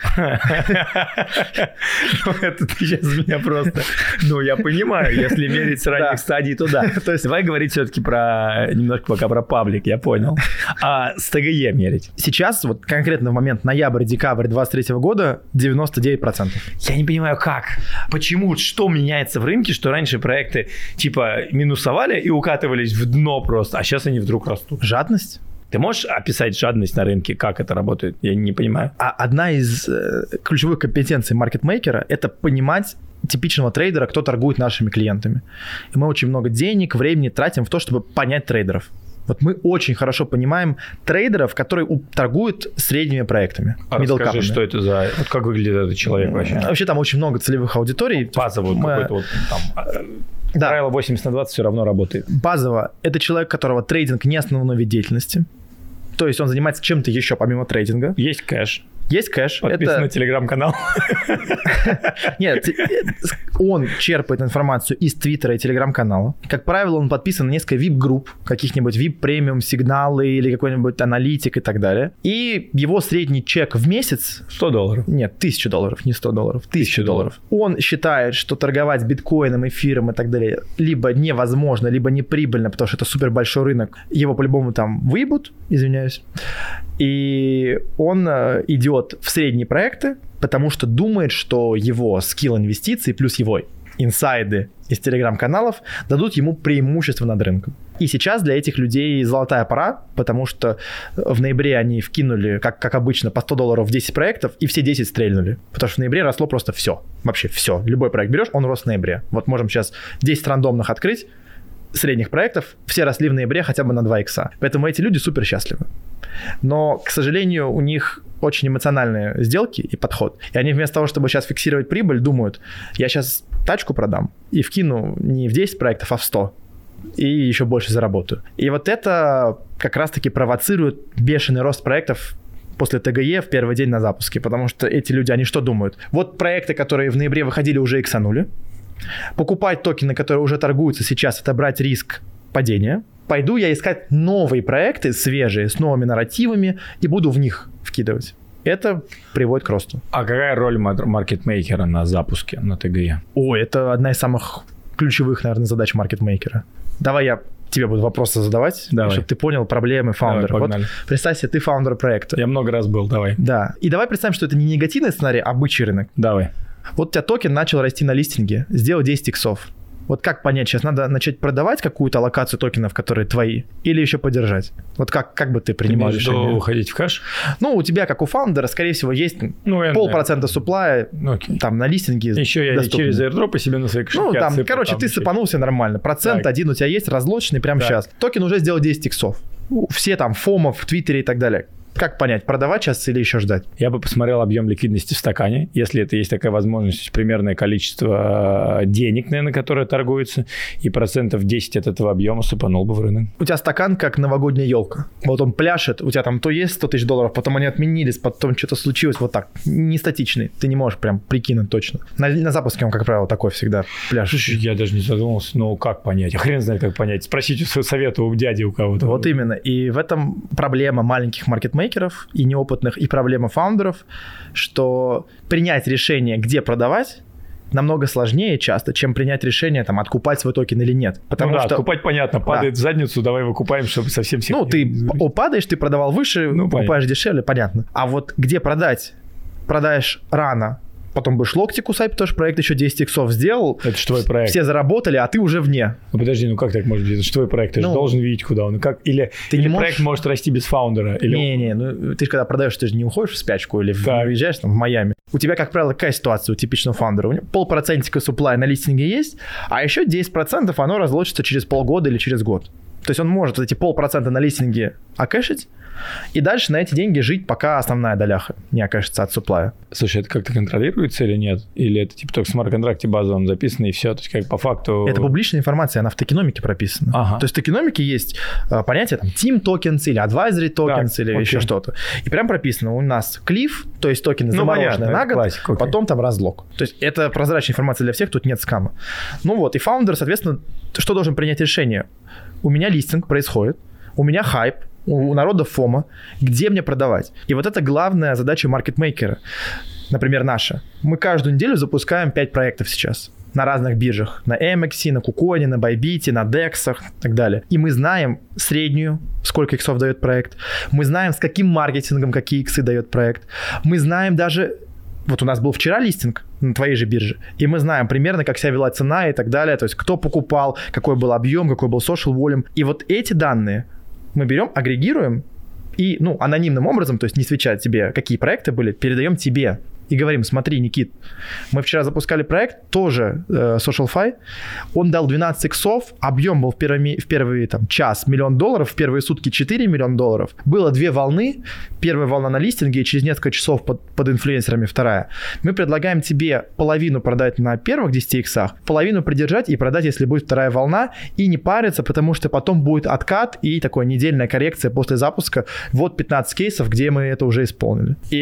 A: Это ты сейчас меня просто... я понимаю, если мерить с ранних стадий, то да. То есть давай говорить все-таки немножко пока про паблик, я понял. А с ТГЕ мерить?
B: Сейчас, вот конкретно в момент ноябрь-декабрь 2023 года 99%.
A: Я не понимаю, как? Почему? Что меняется в рынке, что раньше проекты типа минусовали и укатывались в дно просто, а сейчас они вдруг растут?
B: Жадность?
A: Ты можешь описать жадность на рынке, как это работает? Я не понимаю.
B: Одна из ключевых компетенций маркетмейкера – это понимать типичного трейдера, кто торгует нашими клиентами. И мы очень много денег, времени тратим в то, чтобы понять трейдеров. Вот мы очень хорошо понимаем трейдеров, которые торгуют средними проектами.
A: Расскажи, что это за... Вот как выглядит этот человек вообще?
B: Вообще там очень много целевых аудиторий.
A: Базово какой-то вот там... Да. Правило 80/20 все равно работает.
B: Базово. Это человек, у которого трейдинг не основной вид деятельности. То есть он занимается чем-то еще помимо трейдинга.
A: Есть кэш.
B: Есть кэш.
A: Подписан на телеграм-канал.
B: Нет, он черпает информацию из твиттера и телеграм-канала. Как правило, он подписан на несколько VIP-групп, каких-нибудь VIP-премиум сигналы или какой-нибудь аналитик и так далее. И его средний чек в месяц...
A: $100.
B: Нет, $1000, не $100, $1000. Он считает, что торговать биткоином, эфиром и так далее либо невозможно, либо неприбыльно, потому что это супер большой рынок. Его по-любому там выебут, извиняюсь. И он идет в средние проекты, потому что думает, что его скилл инвестиций плюс его инсайды из телеграм-каналов дадут ему преимущество над рынком. И сейчас для этих людей золотая пора, потому что в ноябре они вкинули, как обычно, по $100 в 10 проектов, и все 10 стрельнули. Потому что в ноябре росло просто все. Вообще все. Любой проект берешь, он рос в ноябре. Вот можем сейчас 10 рандомных открыть, средних проектов, все росли в ноябре хотя бы на 2 икса. Поэтому эти люди супер счастливы. Но, к сожалению, у них очень эмоциональные сделки и подход. И они вместо того, чтобы сейчас фиксировать прибыль, думают, я сейчас тачку продам и вкину не в 10 проектов, а в 100. И еще больше заработаю. И вот это как раз-таки провоцирует бешеный рост проектов после ТГЕ в первый день на запуске. Потому что эти люди, они что думают? Вот проекты, которые в ноябре выходили, уже иксанули. покупать токены, которые уже торгуются сейчас, это брать риск падения. Пойду я искать новые проекты, свежие, с новыми нарративами, и буду в них вкидывать. Это приводит к росту.
A: А какая роль маркетмейкера на запуске, на ТГЕ?
B: Это одна из самых ключевых, наверное, задач маркетмейкера. Давай я тебе буду вопросы задавать, чтобы ты понял проблемы фаундера. Вот представь себе, ты фаундер проекта.
A: Я много раз был, давай.
B: Да. И давай представим, что это не негативный сценарий, а бычий рынок.
A: Давай.
B: Вот у тебя токен начал расти на листинге, сделал 10 иксов. Вот как понять, сейчас надо начать продавать какую-то аллокацию токенов, которые твои, или еще подержать? Вот как бы ты принимал решение?
A: Уходить в кэш?
B: У тебя, как у фаундера, скорее всего, есть 0,5% суплая там на листинге.
A: Еще я через airdrop себе на свои кошельки отсыпал.
B: Ты сыпанулся нормально. Процент один у тебя есть, разлоченный прямо сейчас. Токен уже сделал 10 иксов. Все там фомов в Твиттере и так далее. Как понять, продавать сейчас или еще ждать?
A: Я бы посмотрел объем ликвидности в стакане, если это есть такая возможность, примерное количество денег, наверное, которое торгуется, и 10% от этого объема сыпанул бы в рынок.
B: У тебя стакан как новогодняя елка. Вот он пляшет, у тебя там то есть 100 тысяч долларов, потом они отменились, потом что-то случилось, вот так. Не статичный, ты не можешь прям прикинуть точно. На запуске он, как правило, такой всегда пляшет.
A: Слушай, я даже не задумался, как понять? Хрен знает, как понять. Спросите совета у дяди у кого-то.
B: Вот именно. И в этом проблема маленьких маркетмейкеров и неопытных, и проблема фаундеров, что принять решение, где продавать, намного сложнее часто, чем принять решение, откупать свой токен или нет. Потому что
A: откупать понятно, падает в задницу, давай выкупаем, чтобы совсем всех...
B: падаешь, ты продавал выше, покупаешь дешевле, понятно. А вот где продать? Продаешь рано, потом будешь локти кусать, потому что проект еще 10 иксов сделал.
A: Это же твой проект.
B: Все заработали, а ты уже вне.
A: Подожди, как так может быть? Это же твой проект, ты же должен видеть, куда он. Или проект может расти без фаундера?
B: Не, ты же когда продаешь, ты же не уходишь в спячку или уезжаешь в Майами. У тебя, как правило, какая ситуация у типичного фаундера? У него 0,5% суплай на листинге есть, а еще 10% оно разлочится через полгода или через год. То есть он может эти 0,5% на листинге окэшить, и дальше на эти деньги жить, пока основная доляха не окажется от суплая.
A: Слушай, это как-то контролируется или нет? Или это только в смарт-контракте базовом записано и все? То есть как по факту...
B: Это публичная информация, она в токеномике прописана. То есть в токеномике есть понятие team tokens или advisory tokens или еще что-то. И прям прописано у нас клифф, то есть токены замороженные на год, потом там разлог. То есть это прозрачная информация для всех, тут нет скама. И фаундер, соответственно, что должен принять решение? У меня листинг происходит, у меня хайп, у народа фома, где мне продавать? И вот это главная задача маркетмейкера, например, наша. Мы каждую неделю запускаем 5 проектов сейчас на разных биржах. На Amex, на KuCoin, на Bybit, на DEX и так далее. И мы знаем среднюю, сколько иксов дает проект. Мы знаем, с каким маркетингом какие иксы дает проект. Мы знаем даже... Вот у нас был вчера листинг на твоей же бирже, и мы знаем примерно, как себя вела цена и так далее, то есть кто покупал, какой был объем, какой был social volume. И вот эти данные мы берем, агрегируем и, анонимным образом, то есть не свечая тебе, какие проекты были, передаем тебе. И говорим, смотри, Никит, мы вчера запускали проект, тоже SocialFi, он дал 12 иксов, объем был в первый час $1 миллион, в первые сутки $4 миллиона. Было 2 волны, первая волна на листинге и через несколько часов под инфлюенсерами вторая. Мы предлагаем тебе половину продать на первых 10 иксах, половину придержать и продать, если будет вторая волна, и не париться, потому что потом будет откат и такая недельная коррекция после запуска. Вот 15 кейсов, где мы это уже исполнили. И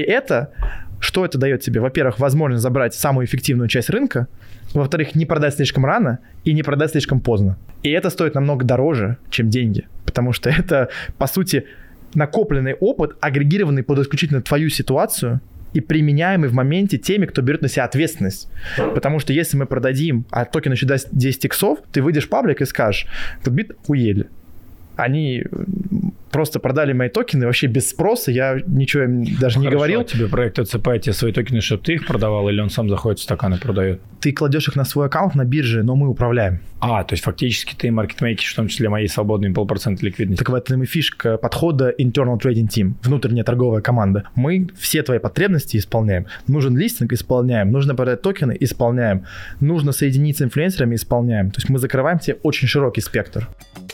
B: что это дает тебе? Во-первых, возможность забрать самую эффективную часть рынка. Во-вторых, не продать слишком рано и не продать слишком поздно. И это стоит намного дороже, чем деньги. Потому что это, по сути, накопленный опыт, агрегированный под исключительно твою ситуацию и применяемый в моменте теми, кто берет на себя ответственность. Потому что если мы продадим, а токен еще даст 10 иксов, ты выйдешь в паблик и скажешь, тут бит хуели. Они просто продали мои токены вообще без спроса, я ничего им даже не говорил.
A: Тебе проект отсыпает тебе свои токены, чтобы ты их продавал, или он сам заходит в стакан и продает?
B: Ты кладешь их на свой аккаунт на бирже, но мы управляем.
A: То есть фактически ты маркетмейкер, в том числе мои свободные 0,5% ликвидности.
B: Так в этом и фишка подхода Internal Trading Team, внутренняя торговая команда. Мы все твои потребности исполняем. Нужен листинг — исполняем. Нужно продать токены — исполняем. Нужно соединиться с инфлюенсерами — исполняем. То есть мы закрываем тебе очень широкий спектр.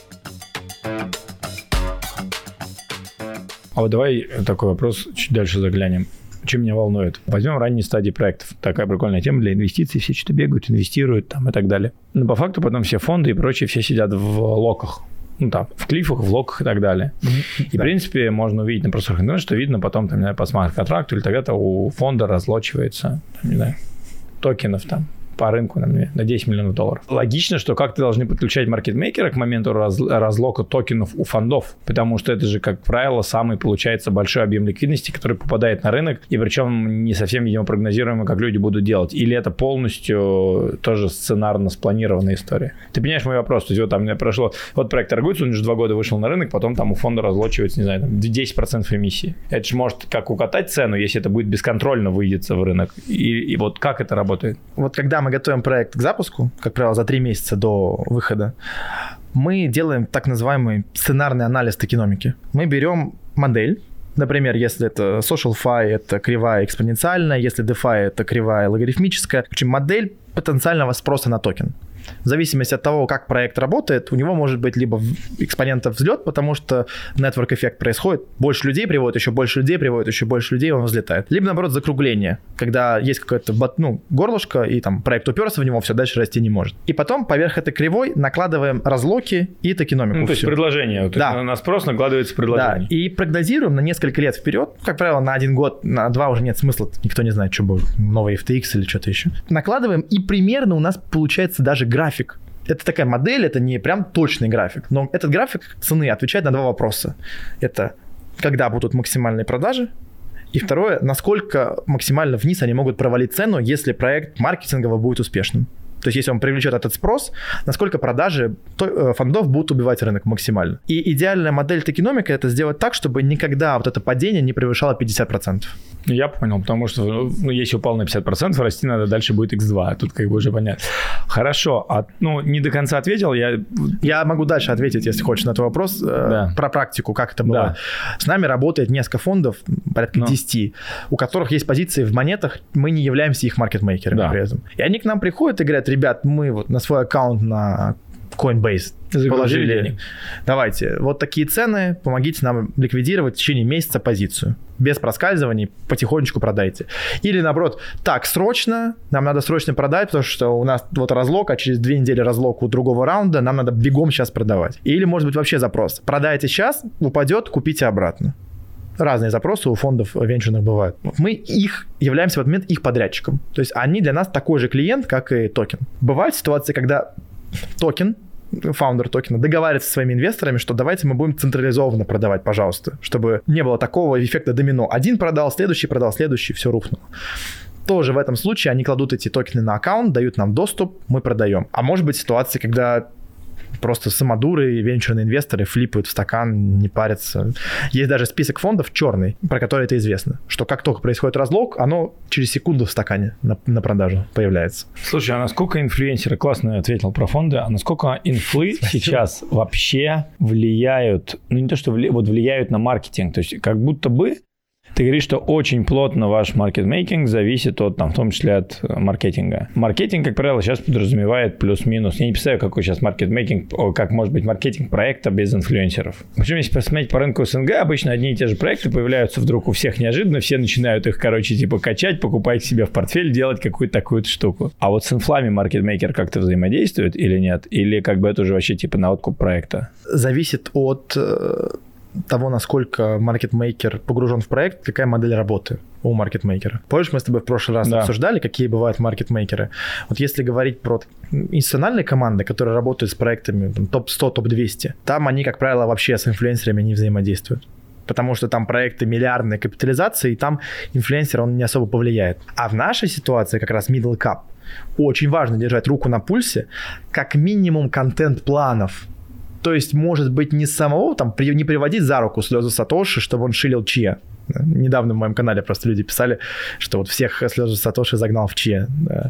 A: А вот давай такой вопрос чуть дальше заглянем. Что меня волнует? Возьмем ранние стадии проектов. Такая прикольная тема для инвестиций. Все что-то бегают, инвестируют и так далее. Но по факту потом все фонды и прочие все сидят в локах. В клифах, в локах и так далее. И, в принципе, можно увидеть на просторах интернета, что видно потом, по смарт-контракту или тогда-то у фонда разлочивается, токенов по рынку на 10 миллионов долларов. Логично, что как-то должны подключать маркетмейкера к моменту разлока токенов у фондов, потому что это же, как правило, самый, получается, большой объем ликвидности, который попадает на рынок, и причем не совсем, видимо, прогнозируемо, как люди будут делать. Или это полностью тоже сценарно спланированная история? Ты понимаешь мой вопрос? То есть вот там прошло... Вот проект торгуется, он уже 2 года вышел на рынок, потом там у фонда разлочивается, не знаю, там 10% эмиссии. Это же может как укатать цену, если это будет бесконтрольно выйдется в рынок. И вот как это работает?
B: Вот когда мы готовим проект к запуску, как правило, за 3 месяца до выхода, мы делаем так называемый сценарный анализ токеномики. Мы берем модель. Например, если это SocialFi, это кривая экспоненциальная, если DeFi, это кривая логарифмическая. В общем, модель потенциального спроса на токен. В зависимости от того, как проект работает, у него может быть либо экспонента взлет, потому что network эффект происходит, больше людей приводит, еще больше людей приводит, еще больше людей, он взлетает. Либо, наоборот, закругление, когда есть какое-то горлышко, и там проект уперся в него, все, дальше расти не может. И потом поверх этой кривой накладываем разлоки и токеномику.
A: Ну, то есть предложение.
B: Да.
A: На спрос накладывается предложение.
B: Да, и прогнозируем на несколько лет вперед, как правило, на 1 год, на 2 уже нет смысла, никто не знает, что будет, новый FTX или что-то еще. Накладываем, и примерно у нас получается даже график. Это такая модель, это не прям точный график, но этот график цены отвечает на 2 вопроса. Это когда будут максимальные продажи, и второе, насколько максимально вниз они могут провалить цену, если проект маркетингово будет успешным. То есть, если он привлечет этот спрос, насколько продажи фондов будут убивать рынок максимально. И идеальная модель токеномика – это сделать так, чтобы никогда вот это падение не превышало 50%.
A: Я понял, потому что если упал на 50%, расти надо дальше будет x2, тут как бы уже понятно. Хорошо, не до конца ответил.
B: Я могу дальше ответить, если хочешь, на твой вопрос, про практику, как это было. Да. С нами работает несколько фондов, порядка 10, у которых есть позиции в монетах, мы не являемся их маркетмейкерами при этом. И они к нам приходят и говорят: ребят, мы вот на свой аккаунт на Coinbase положили денег. Давайте, вот такие цены, помогите нам ликвидировать в течение месяца позицию. Без проскальзываний, потихонечку продайте. Или наоборот, так, срочно, нам надо срочно продать, потому что у нас вот разлог, а через 2 недели разлог у другого раунда, нам надо бегом сейчас продавать. Или может быть вообще запрос: продайте сейчас, упадет, купите обратно. Разные запросы у фондов венчурных бывают. Мы являемся в этот момент их подрядчиком. То есть они для нас такой же клиент, как и токен. Бывают ситуации, когда фаундер токена договаривается со своими инвесторами, что давайте мы будем централизованно продавать, пожалуйста, чтобы не было такого эффекта домино. Один продал, следующий, все рухнуло. Тоже в этом случае они кладут эти токены на аккаунт, дают нам доступ, мы продаем. А может быть ситуация, когда просто самодуры и венчурные инвесторы флипают в стакан, не парятся. Есть даже список фондов черный, про который это известно, что как только происходит разлог, оно через секунду в стакане на продажу появляется.
A: Слушай, а насколько инфлюенсеры, классно ответил про фонды, а насколько инфлы сейчас вообще влияют, не то что влияют на маркетинг, то есть как будто бы ты говоришь, что очень плотно ваш маркетмейкинг зависит от, в том числе от маркетинга. Маркетинг, как правило, сейчас подразумевает плюс-минус. Я не представляю, какой сейчас маркетмейкинг, как может быть маркетинг проекта без инфлюенсеров. Причем, если посмотреть по рынку СНГ, обычно одни и те же проекты появляются вдруг у всех неожиданно, все начинают их, качать, покупать к себе в портфель, делать какую-то такую штуку. А вот с инфлами маркетмейкер как-то взаимодействует или нет? Или это уже вообще на откуп проекта?
B: Зависит от того, насколько маркетмейкер погружен в проект, какая модель работы у маркетмейкера. Помнишь, мы с тобой в прошлый раз обсуждали, какие бывают маркетмейкеры? Вот если говорить про институциональные команды, которые работают с проектами топ-100, топ-200, там они, как правило, вообще с инфлюенсерами не взаимодействуют. Потому что там проекты миллиардной капитализации, и там инфлюенсер, он не особо повлияет. А в нашей ситуации как раз middle cap. Очень важно держать руку на пульсе, как минимум контент-планов. То есть, может быть, не самого, не приводить за руку слезы Сатоши, чтобы он шилил Чия. Недавно в моем канале просто люди писали, что вот всех слезы Сатоши загнал в Чия.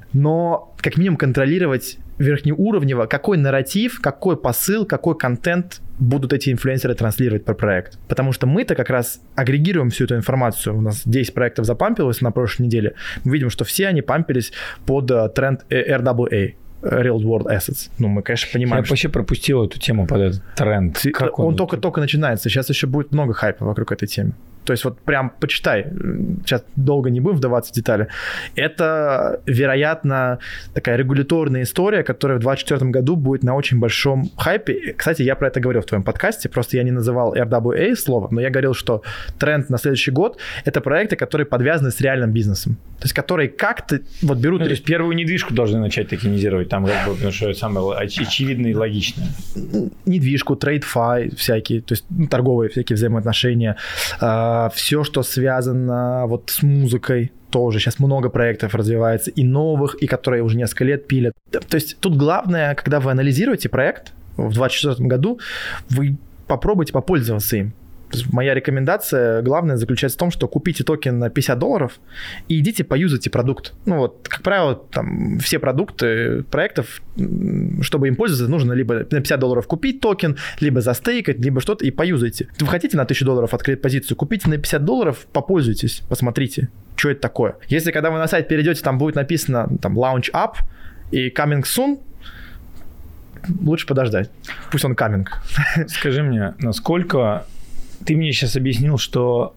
B: Но как минимум контролировать верхнеуровнево, какой нарратив, какой посыл, какой контент будут эти инфлюенсеры транслировать про проект. Потому что мы-то как раз агрегируем всю эту информацию. У нас 10 проектов запампилось на прошлой неделе. Мы видим, что все они пампились под тренд RWA. Real World Assets. Мы, конечно, понимаем,
A: Я вообще пропустил эту тему под этот тренд.
B: Он только начинается. Сейчас еще будет много хайпа вокруг этой темы. То есть вот прям почитай, сейчас долго не будем вдаваться в детали. Это, вероятно, такая регуляторная история, которая в 2024 году будет на очень большом хайпе. Кстати, я про это говорил в твоем подкасте, просто я не называл RWA слово, но я говорил, что тренд на следующий год — это проекты, которые подвязаны с реальным бизнесом. То есть которые как-то вот берут...
A: Ну, то есть первую недвижку должны начать токенизировать, там как бы, потому что это самое очевидное и логичное.
B: Недвижку, TradeFi всякие, то есть торговые всякие взаимоотношения, все, что связано вот с музыкой, тоже сейчас много проектов развивается, и новых, и которые уже несколько лет пилят. То есть тут главное, когда вы анализируете проект в 2024 году, вы попробуйте попользоваться им. Моя рекомендация главная заключается в том, что купите токен на $50 и идите поюзайте продукт. Ну вот, как правило, там все продукты проектов, чтобы им пользоваться, нужно либо на $50 купить токен, либо застейкать, либо что-то и поюзайте. Вы хотите на $1000 открыть позицию, купите на $50, попользуйтесь, посмотрите, что это такое. Если когда вы на сайт перейдете, там будет написано там launch up и coming soon, лучше подождать. Пусть он coming.
A: Скажи мне, насколько... Ты мне сейчас объяснил, что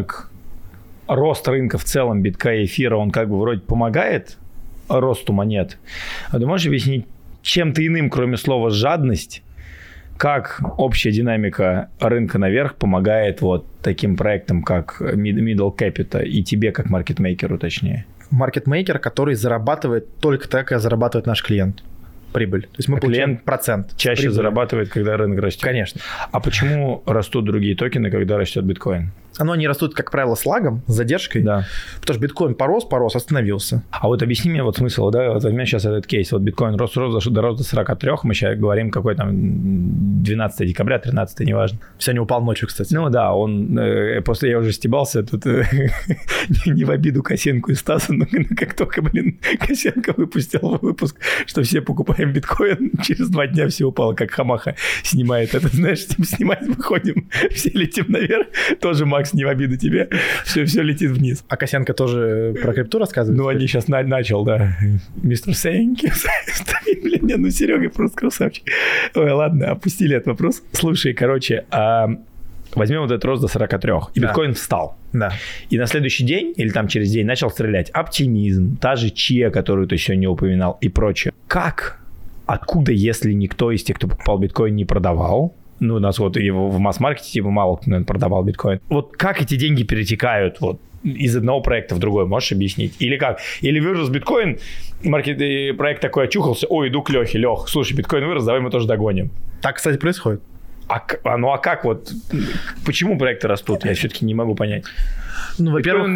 A: рост рынка в целом битка и эфира, он как бы вроде помогает росту монет. А ты можешь объяснить чем-то иным, кроме слова «жадность», как общая динамика рынка наверх помогает вот таким проектам, как Middle Capital и тебе, как маркетмейкеру, точнее?
B: Маркетмейкер, который зарабатывает только так, как зарабатывает наш клиент. Прибыль. То есть мы получаем процент.
A: Чаще прибыли. Зарабатывает, когда рынок растет.
B: Конечно.
A: А почему растут другие токены, когда растет биткоин?
B: Они растут, как правило, с лагом, с задержкой.
A: Да.
B: Потому что биткоин порос, остановился.
A: А вот объясни мне вот смысл, да, вот возьмем сейчас этот кейс. Вот биткоин рос до 43, мы сейчас говорим, какой там 12 декабря, 13, неважно.
B: Сегодня упал ночью, кстати.
A: Ну да, он, после я уже стебался, тут не в обиду Косенку и Стасу, но как только, Косенко выпустил выпуск, что все покупаем биткоин, через 2 дня все упало, как Хамаха снимает это, знаешь, снимать выходим, все летим наверх, тоже Макс, не в обиду тебе, все летит вниз.
B: А Косенко тоже про крипту рассказывает?
A: Ну, они сейчас начал, да. Мистер Сенки. Блин, Серега просто красавчик. Ой, ладно, опустили этот вопрос. Слушай, короче, возьмем вот этот рост до 43, и биткоин встал.
B: Да.
A: И на следующий день, или там через день, начал стрелять оптимизм, та же ЧИА, которую ты сегодня упоминал, и прочее. Как? Откуда, если никто из тех, кто покупал биткоин, не продавал? Ну, у нас вот его в масс-маркете типа мало кто, наверное, продавал биткоин. Вот как эти деньги перетекают вот из одного проекта в другой, можешь объяснить? Или как? Или вырос биткоин, проект такой очухался, ой, иду к Лехе, Лех, слушай, биткоин вырос, давай мы тоже догоним.
B: Так, кстати, происходит.
A: А как вот, почему проекты растут? Я все-таки не могу понять.
B: Ну, во-первых,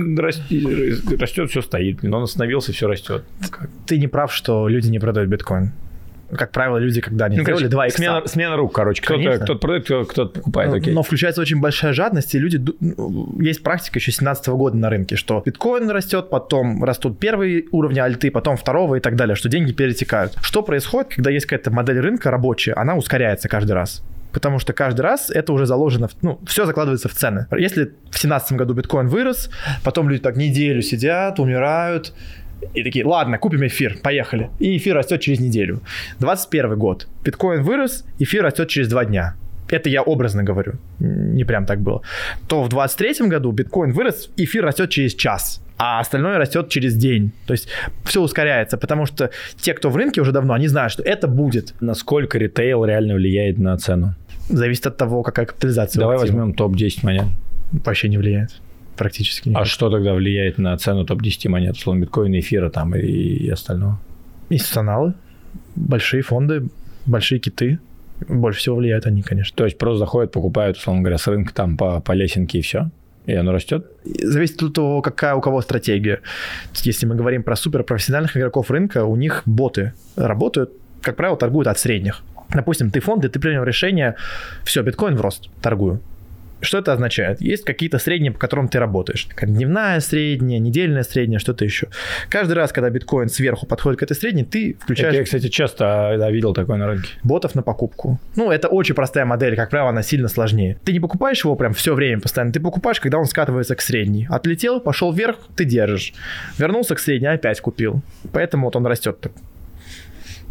A: растет, все стоит, но он остановился, все растет.
B: Ты не прав, что люди не продают биткоин. Как правило, люди, когда они сделали 2 икса.
A: Смена рук, короче. Кто-то продает, кто-то покупает, окей.
B: Но включается очень большая жадность, и люди... Есть практика еще с 2017 года на рынке, что биткоин растет, потом растут первые уровни альты, потом второго и так далее, что деньги перетекают. Что происходит, когда есть какая-то модель рынка рабочая, она ускоряется каждый раз. Потому что каждый раз это уже заложено, все закладывается в цены. Если в 2017 году биткоин вырос, потом люди так неделю сидят, умирают, и такие, ладно, купим эфир, поехали. И эфир растет через неделю. 2021 год. Биткоин вырос, эфир растет через 2 дня. Это я образно говорю, не прям так было. То в 2023 году биткоин вырос, эфир растет через час, а остальное растет через день. То есть все ускоряется, потому что те, кто в рынке уже давно, они знают, что это будет.
A: Насколько ритейл реально влияет на цену?
B: Зависит от того, какая капитализация.
A: Давай возьмем топ-10 монет.
B: Вообще не влияет. Практически никак.
A: А что тогда влияет на цену топ-10 монет, условно, биткоина, эфира там и остального?
B: Институционалы, большие фонды, большие киты. Больше всего влияют они, конечно.
A: То есть просто заходят, покупают, условно говоря, с рынка там по лесенке и все? И оно растет?
B: Зависит от того, какая у кого стратегия. Если мы говорим про суперпрофессиональных игроков рынка, у них боты работают, как правило, торгуют от средних. Допустим, ты фонд, и ты принял решение, все, биткоин в рост, торгую. Что это означает? Есть какие-то средние, по которым ты работаешь. Дневная средняя, недельная средняя, что-то еще. Каждый раз, когда биткоин сверху подходит к этой средней, ты включаешь...
A: Я, кстати, часто видел такое на рынке.
B: Ботов на покупку. Это очень простая модель, как правило, она сильно сложнее. Ты не покупаешь его прям все время постоянно, ты покупаешь, когда он скатывается к средней. Отлетел, пошел вверх, ты держишь. Вернулся к средней, опять купил. Поэтому вот он растет так.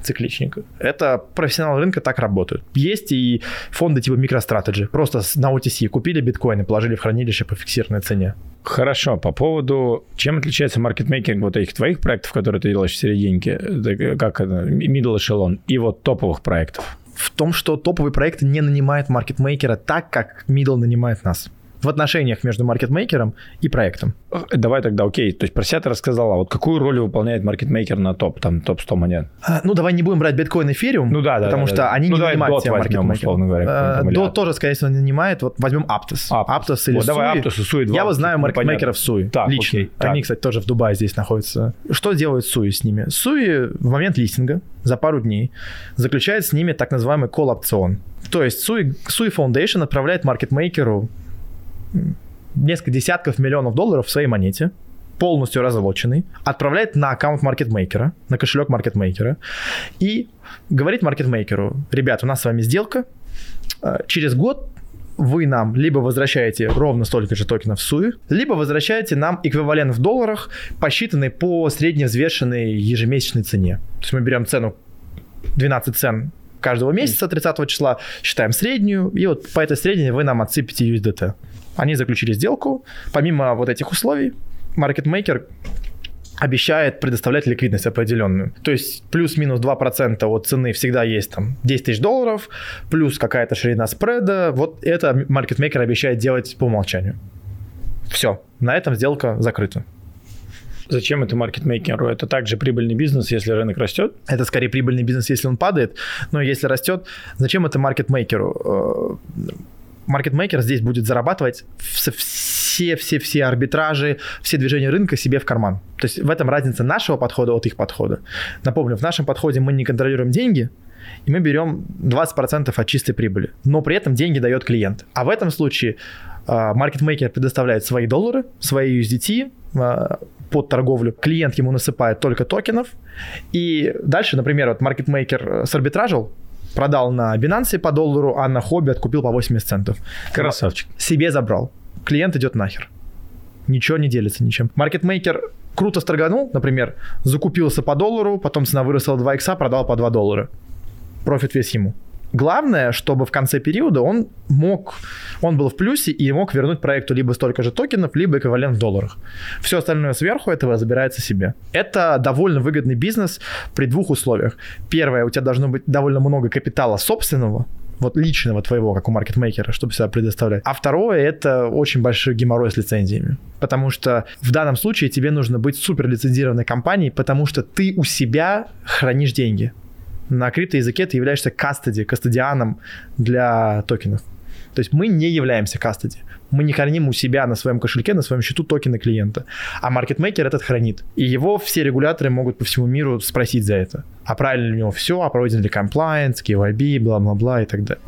B: цикличник. Это профессионалы рынка так работают. Есть и фонды типа MicroStrategy. Просто на OTC купили биткоины, положили в хранилище по фиксированной цене.
A: Хорошо, по поводу, чем отличается маркетмейкинг вот этих твоих проектов, которые ты делаешь в серединке, как это, middle echelon, и вот топовых проектов?
B: В том, что топовый проект не нанимает маркетмейкера так, как middle нанимает нас. В отношениях между маркетмейкером и проектом.
A: Давай тогда, окей, то есть про себя ты рассказала, вот какую роль выполняет маркетмейкер на там топ-100 монет?
B: Давай не будем брать биткоин и эфириум, потому что они не нанимают себя маркетмейкера. DOT тоже, скорее всего, нанимает, вот возьмем Aptos. Aptos или Sui.
A: Давай Aptos и Sui.
B: Я вот знаю маркетмейкеров Sui лично.
A: Окей,
B: они, кстати, тоже в Дубае здесь находятся. Что делает Sui с ними? Sui в момент листинга за пару дней заключает с ними так называемый call-опцион. То есть Sui Foundation отправляет маркетмейкеру несколько десятков миллионов долларов в своей монете, полностью разлоченный, отправляет на аккаунт маркетмейкера, на кошелек маркетмейкера и говорит маркетмейкеру: ребят, у нас с вами сделка, через год вы нам либо возвращаете ровно столько же токенов Sui, либо возвращаете нам эквивалент в долларах, посчитанный по средневзвешенной ежемесячной цене. То есть мы берем цену 12 цен каждого месяца, 30 числа, считаем среднюю, и вот по этой средней вы нам отсыпете USDT. Они заключили сделку. Помимо вот этих условий, маркетмейкер обещает предоставлять ликвидность определенную. То есть плюс-минус 2% от цены всегда есть там 10 тысяч долларов, плюс какая-то ширина спреда. Вот это маркетмейкер обещает делать по умолчанию. Все, на этом сделка закрыта.
A: Зачем это маркетмейкеру? Это также прибыльный бизнес, если рынок растет?
B: Это скорее прибыльный бизнес, если он падает. Но если растет, зачем это маркетмейкеру? Маркетмейкер здесь будет зарабатывать все арбитражи, все движения рынка себе в карман. То есть в этом разница нашего подхода от их подхода. Напомню, в нашем подходе мы не контролируем деньги, и мы берем 20% от чистой прибыли. Но при этом деньги дает клиент. А в этом случае маркетмейкер предоставляет свои доллары, свои USDT под торговлю. Клиент ему насыпает только токенов. И дальше, например, вот маркетмейкер сарбитражил, продал на Binance по доллару, а на Хобби откупил по 80 центов.
A: Красавчик.
B: Себе забрал. Клиент идет нахер. Ничего не делится ничем. Маркетмейкер круто сторганул, например, закупился по доллару, потом цена выросла 2 икса, продал по 2 доллара. Профит весь ему. Главное, чтобы в конце периода он был в плюсе и мог вернуть проекту либо столько же токенов, либо эквивалент в долларах. Все остальное сверху этого забирается себе. Это довольно выгодный бизнес при двух условиях. Первое, у тебя должно быть довольно много капитала собственного, вот личного твоего, как у маркетмейкера, чтобы себя предоставлять. А второе, это очень большой геморрой с лицензиями. Потому что в данном случае тебе нужно быть суперлицензированной компанией, потому что ты у себя хранишь деньги. На криптоязыке ты являешься кастодианом для токенов. То есть мы не являемся кастоди. Мы не храним у себя на своем кошельке, на своем счету токены клиента. А маркетмейкер этот хранит. И его все регуляторы могут по всему миру спросить за это. А правильно ли у него все, а проводен ли compliance, KYB, бла-бла-бла и так далее.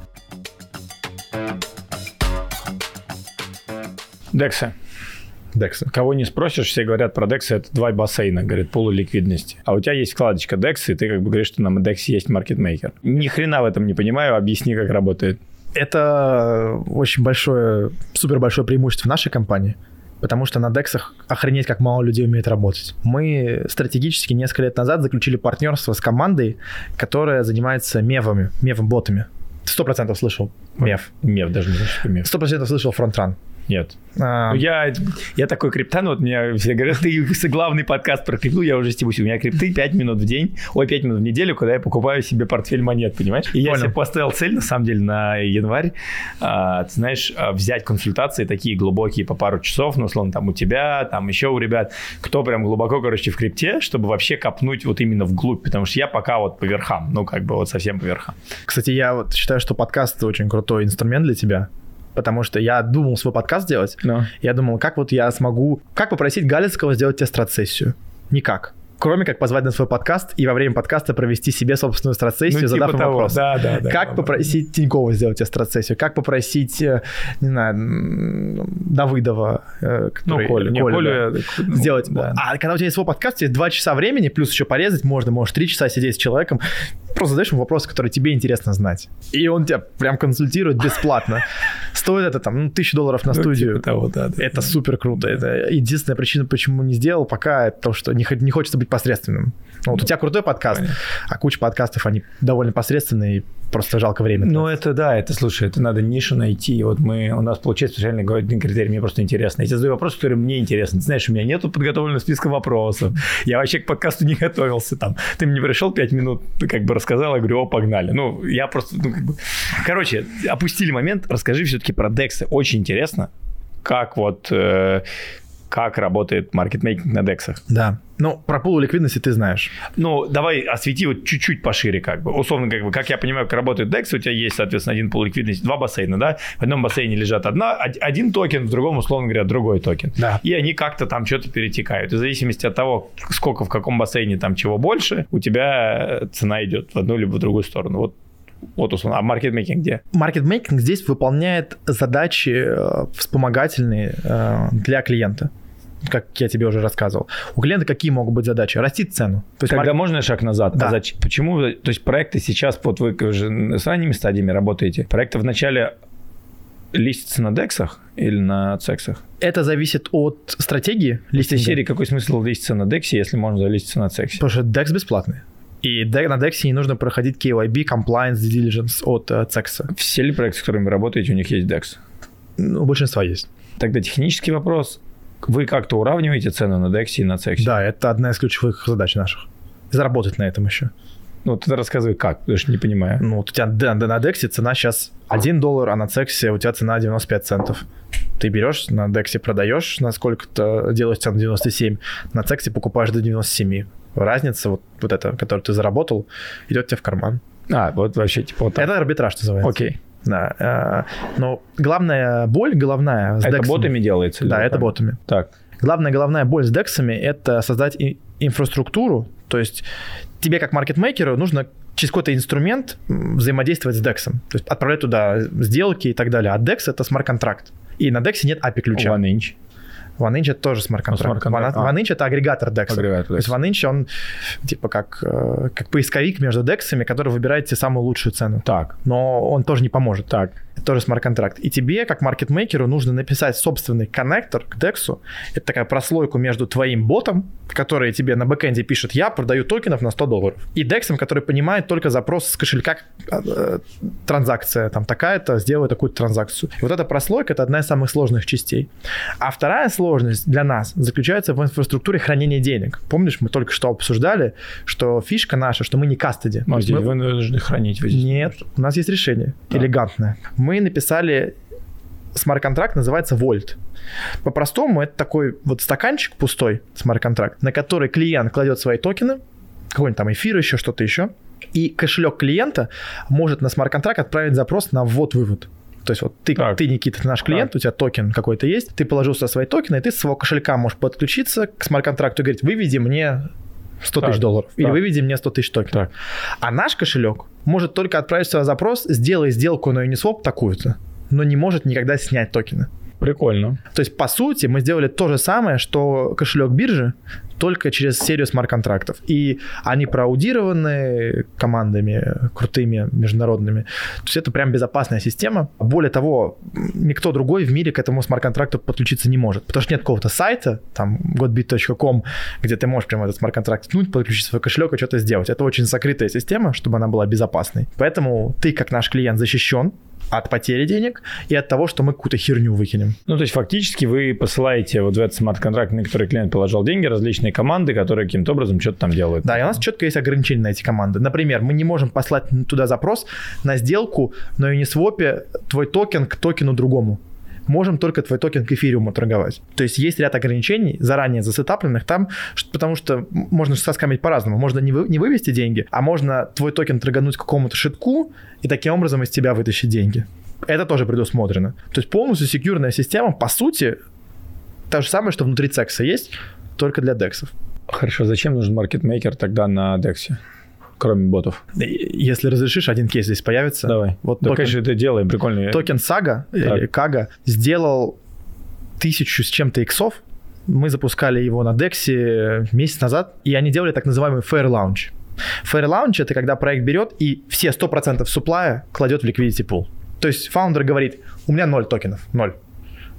A: Дексы. Кого не спросишь, все говорят про DEX, это 2 бассейна, говорят, полуликвидности. А у тебя есть вкладочка DEX, и ты как бы говоришь, что на DEX есть маркетмейкер. Ни хрена в этом не понимаю, объясни, как работает.
B: Это очень супер большое преимущество в нашей компании, потому что на DEX охренеть, как мало людей умеет работать. Мы стратегически несколько лет назад заключили партнерство с командой, которая занимается мев-ботами. 100% слышал мев.
A: Мев, даже не знаю, что мев.
B: 100% слышал фронтран.
A: Нет. Я такой криптан, вот мне все говорят, ты главный подкаст про крипту, я уже стебусь. У меня крипты 5 минут в неделю, когда я покупаю себе портфель монет, понимаешь? И я себе поставил цель, на самом деле, на январь, ты знаешь, взять консультации такие глубокие по пару часов, ну, условно, там у тебя, там еще у ребят, кто прям глубоко, короче, в крипте, чтобы вообще копнуть вот именно вглубь, потому что я пока вот по верхам, ну, как бы вот совсем по верхам.
B: Кстати, я вот считаю, что подкаст очень крутой инструмент для тебя. Потому что я думал свой подкаст делать. Я думал, как попросить Галицкого сделать тебе стратсессию? Никак. Кроме как позвать на свой подкаст и во время подкаста провести себе собственную стратсессию, задав ему вопрос. Как попросить Тинькова сделать тебе стратсессию? Как попросить, не знаю, Давыдова, Колю сделать? А когда у тебя есть свой подкаст, у тебя 2 часа времени, плюс еще порезать можно, можешь 3 часа сидеть с человеком, просто задаешь ему вопросы, которые тебе интересно знать. И он тебя прям консультирует бесплатно. Стоит это там $1000 на студию. Это супер круто. Это единственная причина, почему не сделал пока, это то, что не хочется быть посредственным. Вот у тебя крутой подкаст, а куча подкастов, они довольно посредственные, и просто жалко время.
A: Ну, это да, слушай, это надо нишу найти. И вот у нас получается специальный критерий, мне просто интересно. Я тебе задаю вопрос, который мне интересен. Ты знаешь, у меня нету подготовленного списка вопросов. Я вообще к подкасту не готовился там. Ты мне пришел 5 минут, как бы рассказал, я говорю, погнали. Ну, я просто, Короче, опустили момент. Расскажи все-таки про DEX. Очень интересно, как как работает маркетмейкинг на дексах.
B: Да. Ну, про пул ликвидности ты знаешь.
A: Ну, давай освети вот чуть-чуть пошире, как бы. Условно, как я понимаю, как работает DEX, у тебя есть, соответственно, один пул ликвидности, 2 бассейна, да? В одном бассейне лежат один токен, в другом, условно говоря, другой токен.
B: Да.
A: И они как-то там что-то перетекают. И в зависимости от того, сколько в каком бассейне там чего больше, у тебя цена идет в одну либо в другую сторону. Вот условно. А маркетмейкинг где?
B: Маркетмейкинг здесь выполняет задачи вспомогательные для клиента. Как я тебе уже рассказывал. У клиента какие могут быть задачи? Растить цену.
A: То есть тогда можно шаг назад?
B: Да.
A: Почему? То есть проекты сейчас, вот вы уже с ранними стадиями работаете, проекты вначале листятся на дексах или на цексах?
B: Это зависит от стратегии листинга.
A: В серии какой смысл листиться на дексе, если можно залиститься на цексе?
B: Потому что декс бесплатный. И на дексе не нужно проходить KYB, compliance, due diligence от цекса.
A: Все ли проекты, с которыми вы работаете, у них есть декс?
B: Ну, у большинства есть.
A: Тогда технический вопрос. Вы как-то уравниваете цену на дексе и на цексе?
B: Да, это одна из ключевых задач наших. Заработать на этом еще.
A: Ну, ты рассказывай как, потому что не понимаю.
B: Ну, вот у тебя на дексе цена сейчас $1, а на цексе у тебя цена 95 центов. Ты берешь, на дексе продаешь на сколько-то, делаешь цену 97, на цексе покупаешь до 97. Разница, вот эта, которую ты заработал, идет тебе в карман.
A: Вот вообще типа вот так.
B: Это арбитраж называется.
A: Окей.
B: Да. Но главная боль головная с
A: это
B: дексами...
A: ботами делается?
B: Да, это ботами.
A: Так.
B: Главная головная боль с дексами – это создать инфраструктуру. То есть тебе как маркетмейкеру нужно через какой-то инструмент взаимодействовать с дексом. То есть отправлять туда сделки и так далее. А декс – это смарт-контракт. И на дексе нет API-ключа.
A: OneInch.
B: OneInch это тоже смарт-контракт. OneInch это агрегатор DEX. То есть OneInch, он типа как поисковик между дексами, который выбирает тебе самую лучшую цену.
A: Так.
B: Но он тоже не поможет.
A: Так.
B: Это тоже смарт-контракт. И тебе, как маркетмейкеру, нужно написать собственный коннектор к дексу. Это такая прослойку между твоим ботом, который тебе на бэкэнде пишет: я продаю токенов на $100, и дексом, который понимает только запрос с кошелька, транзакция там такая-то, сделай такую-то транзакцию. И вот эта прослойка — это одна из самых сложных частей. А вторая сложность для нас заключается в инфраструктуре хранения денег. Помнишь, мы только что обсуждали, что фишка наша, что мы не кастеди.
A: Вы должны хранить.
B: Нет, у нас есть решение элегантное. Мы написали смарт-контракт, называется Volt. По-простому это такой вот стаканчик пустой, смарт-контракт, на который клиент кладет свои токены, какой-нибудь там эфир, еще что-то еще, и кошелек клиента может на смарт-контракт отправить запрос на ввод-вывод. То есть вот ты, Никита, наш клиент, у тебя токен какой-то есть, ты положил сюда свои токены, и ты с своего кошелька можешь подключиться к смарт-контракту и говорить: выведи мне $100 000 или выведи мне 100 000 токенов. А наш кошелек может только отправить сюда запрос: сделай сделку на Uniswap такую-то, но не может никогда снять токены.
A: Прикольно.
B: То есть, по сути, мы сделали то же самое, что кошелек биржи, только через серию смарт-контрактов. И они проаудированы командами крутыми, международными. То есть это прям безопасная система. Более того, никто другой в мире к этому смарт-контракту подключиться не может. Потому что нет какого-то сайта, там, godbit.com, где ты можешь прямо этот смарт-контракт ткнуть, подключить свой кошелек и что-то сделать. Это очень закрытая система, чтобы она была безопасной. Поэтому ты, как наш клиент, защищен от потери денег и от того, что мы какую-то херню выкинем.
A: Ну, то есть фактически вы посылаете вот в этот смарт-контракт, на который клиент положил деньги, различные команды, которые каким-то образом что-то там делают.
B: Да, и у нас четко есть ограничения на эти команды. Например, мы не можем послать туда запрос на сделку на Uniswap твой токен к токену другому. Можем только твой токен к эфириуму торговать. То есть есть ряд ограничений, заранее засетапленных там, потому что можно соскамить по-разному. Можно не вывести деньги, а можно твой токен торгануть к какому-то шитку и таким образом из тебя вытащить деньги. Это тоже предусмотрено. То есть полностью секьюрная система, по сути, то же самое, что внутри цекса есть, только для дексов.
A: Хорошо, зачем нужен маркетмейкер тогда на дексе? Кроме ботов.
B: Если разрешишь, один кейс здесь появится.
A: Давай.
B: Вот
A: да, конечно, это делаем, прикольно.
B: Токен Saga или Kaga сделал 1000 с чем-то иксов. Мы запускали его на Дексе месяц назад, и они делали так называемый Fair Launch. Fair Launch — это когда проект берет и все 100% суплая кладет в liquidity pool. То есть фаундер говорит: у меня 0 токенов, 0.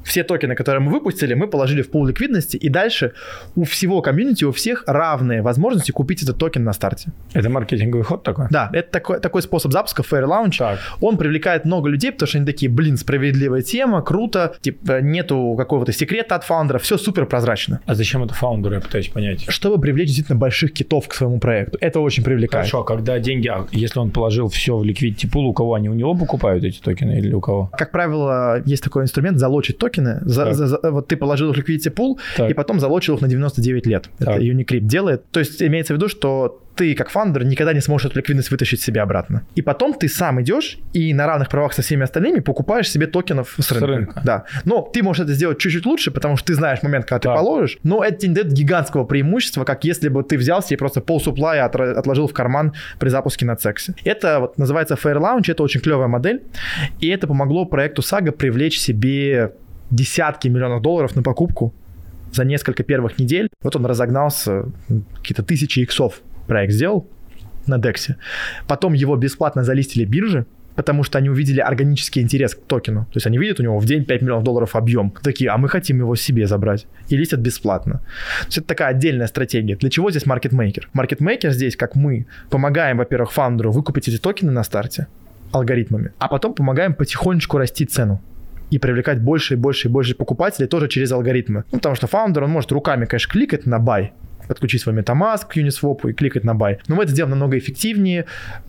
B: Все токены, которые мы выпустили, мы положили в пул ликвидности, и дальше у всего комьюнити, у всех равные возможности купить этот токен на старте.
A: Это маркетинговый ход такой?
B: Да, это такой способ запуска, Fair Launch. Так. Он привлекает много людей, потому что они такие, справедливая тема, круто, типа нету какого-то секрета от фаундера, все супер прозрачно.
A: А зачем это фаундеру, я пытаюсь понять?
B: Чтобы привлечь действительно больших китов к своему проекту. Это очень привлекает.
A: Хорошо, когда деньги, если он положил все в Liquidity Pool, у кого они? У него покупают эти токены или у кого?
B: Как правило, есть такой инструмент залочить токены. Вот ты положил их в Liquidity Pool и потом залочил их на 99 лет. Это Unicrypt делает. То есть имеется в виду, что ты как фаундер никогда не сможешь эту ликвидность вытащить себе обратно. И потом ты сам идешь и на равных правах со всеми остальными покупаешь себе токенов с рынка. Да. Но ты можешь это сделать чуть-чуть лучше, потому что ты знаешь момент, когда ты положишь, но это тебе не дает гигантского преимущества, как если бы ты взялся и просто полсуплая отложил в карман при запуске на CEX. Это вот называется Fair Launch, это очень клевая модель, и это помогло проекту Saga привлечь себе десятки миллионов долларов на покупку за несколько первых недель. Вот он разогнался, какие-то 1000 иксов проект сделал на DEX. Потом его бесплатно залистили биржи, потому что они увидели органический интерес к токену. То есть они видят у него в день 5 миллионов долларов объем. Такие, а мы хотим его себе забрать. И листят бесплатно. То есть это такая отдельная стратегия. Для чего здесь маркетмейкер? Маркетмейкер здесь, как мы, помогаем, во-первых, фаундеру выкупить эти токены на старте алгоритмами, а потом помогаем потихонечку расти цену и привлекать больше и больше и больше покупателей тоже через алгоритмы. Потому что фаундер, он может руками, конечно, кликать на buy, подключить свой MetaMask к Uniswap и кликать на buy. Но мы это делаем намного эффективнее,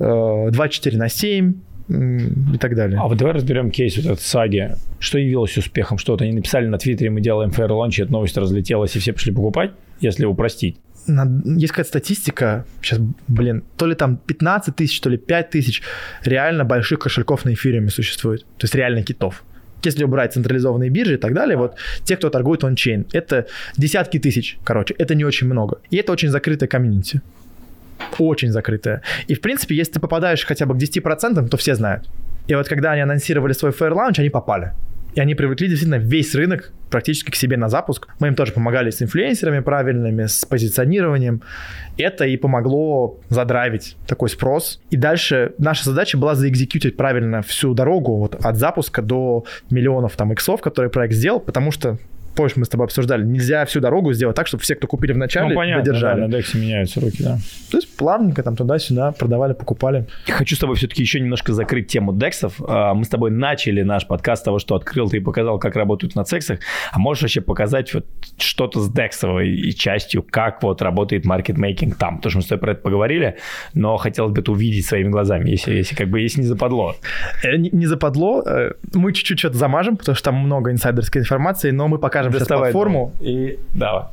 B: 24/7 и так далее.
A: А вот давай разберем кейс вот этот Саги. Что явилось успехом? Что вот они написали на Твиттере, мы делаем Fair Launch, эта новость разлетелась, и все пошли покупать, если упростить?
B: Есть какая-то статистика, сейчас, то ли там 15 тысяч, то ли 5 тысяч реально больших кошельков на эфириуме существует. То есть реально китов. Если убрать централизованные биржи и так далее, вот те, кто торгует он-чейн, это десятки тысяч, это не очень много. И это очень закрытая комьюнити. Очень закрытая. И, в принципе, если ты попадаешь хотя бы к 10%, то все знают. И вот когда они анонсировали свой Fair Launch, они попали. И они привлекли действительно весь рынок практически к себе на запуск. Мы им тоже помогали с инфлюенсерами правильными, с позиционированием. Это и помогло задрайвить такой спрос. И дальше наша задача была заэкзекьютить правильно всю дорогу вот от запуска до миллионов там иксов, которые проект сделал, потому что помнишь, мы с тобой обсуждали, нельзя всю дорогу сделать так, чтобы все, кто купили в начале, додержали.
A: Да, на DEX меняются руки, да.
B: То есть плавненько там туда-сюда продавали, покупали.
A: Хочу с тобой все-таки еще немножко закрыть тему дексов. Мы с тобой начали наш подкаст с того, что открыл ты и показал, как работают на цексах. А можешь вообще показать вот что-то с дексовой частью, как вот работает маркетмейкинг там? Потому что мы с тобой про это поговорили, но хотелось бы это увидеть своими глазами, если не западло.
B: Не западло. Мы чуть-чуть что-то замажем, потому что там много инсайдерской информации, но мы покажем сейчас платформу.
A: И давай.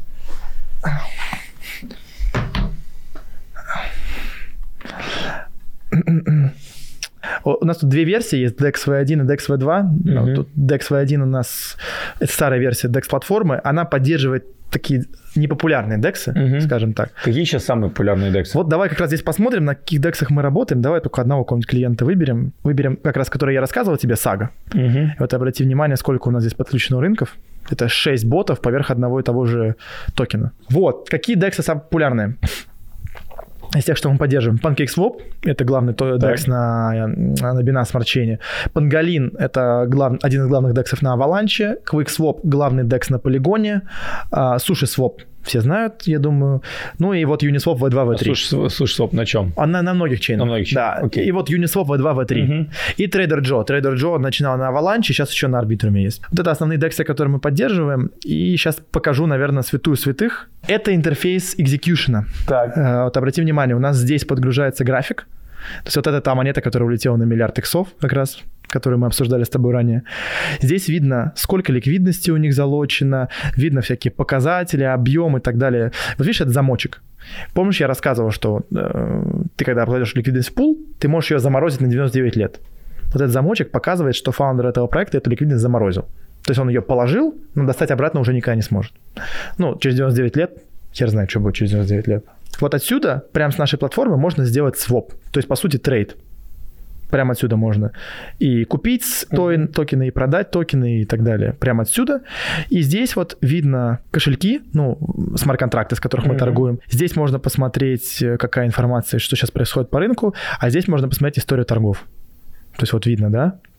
B: У нас тут две версии, есть DEX V1 и DEX V2. Тут DEX V1 у нас, это старая версия DEX-платформы, она поддерживает такие непопулярные дексы, скажем так.
A: Какие сейчас самые популярные дексы?
B: Вот давай как раз здесь посмотрим, на каких дексах мы работаем. Давай только одного какого-нибудь клиента выберем. Выберем как раз, который я рассказывал тебе, Saga. Вот обрати внимание, сколько у нас здесь подключено рынков. Это 6 ботов поверх одного и того же токена. Вот. Какие дексы самые популярные? Из тех, что мы поддерживаем. PancakeSwap – это главный DEX на Binance Smart Chain. Pangolin – это один из главных дексов на Avalanche. QuickSwap – главный декс на Polygon. SushiSwap – все знают, я думаю. Ну и вот Uniswap V2, V3.
A: SushiSwap на чем?
B: На многих чейнах. Да.
A: Okay.
B: И вот Uniswap V2, V3. И Trader Joe. Trader Joe начинал на Avalanche, сейчас еще на Arbitrum есть. Вот это основные дексы, которые мы поддерживаем. И сейчас покажу, наверное, святую святых. Это интерфейс экзекьюшена. Вот обрати внимание, у нас здесь подгружается график. То есть вот это та монета, которая улетела на миллиард иксов как раз, которую мы обсуждали с тобой ранее. Здесь видно, сколько ликвидности у них залочено, видно всякие показатели, объем и так далее. Вот видишь, это замочек. Помнишь, я рассказывал, что ты, когда кладешь ликвидность в пул, ты можешь ее заморозить на 99 лет. Вот этот замочек показывает, что фаундер этого проекта эту ликвидность заморозил. То есть он ее положил, но достать обратно уже никогда не сможет. Ну, через 99 лет, хер знает, что будет через 99 лет. Вот отсюда, прямо с нашей платформы, можно сделать своп. То есть, по сути, трейд. Прямо отсюда можно и купить токены, и продать токены и так далее. Прямо отсюда. И здесь вот видно кошельки, смарт-контракты, с которых мы торгуем. Здесь можно посмотреть, какая информация, что сейчас происходит по рынку. А здесь можно посмотреть историю торгов. То есть вот видно, да?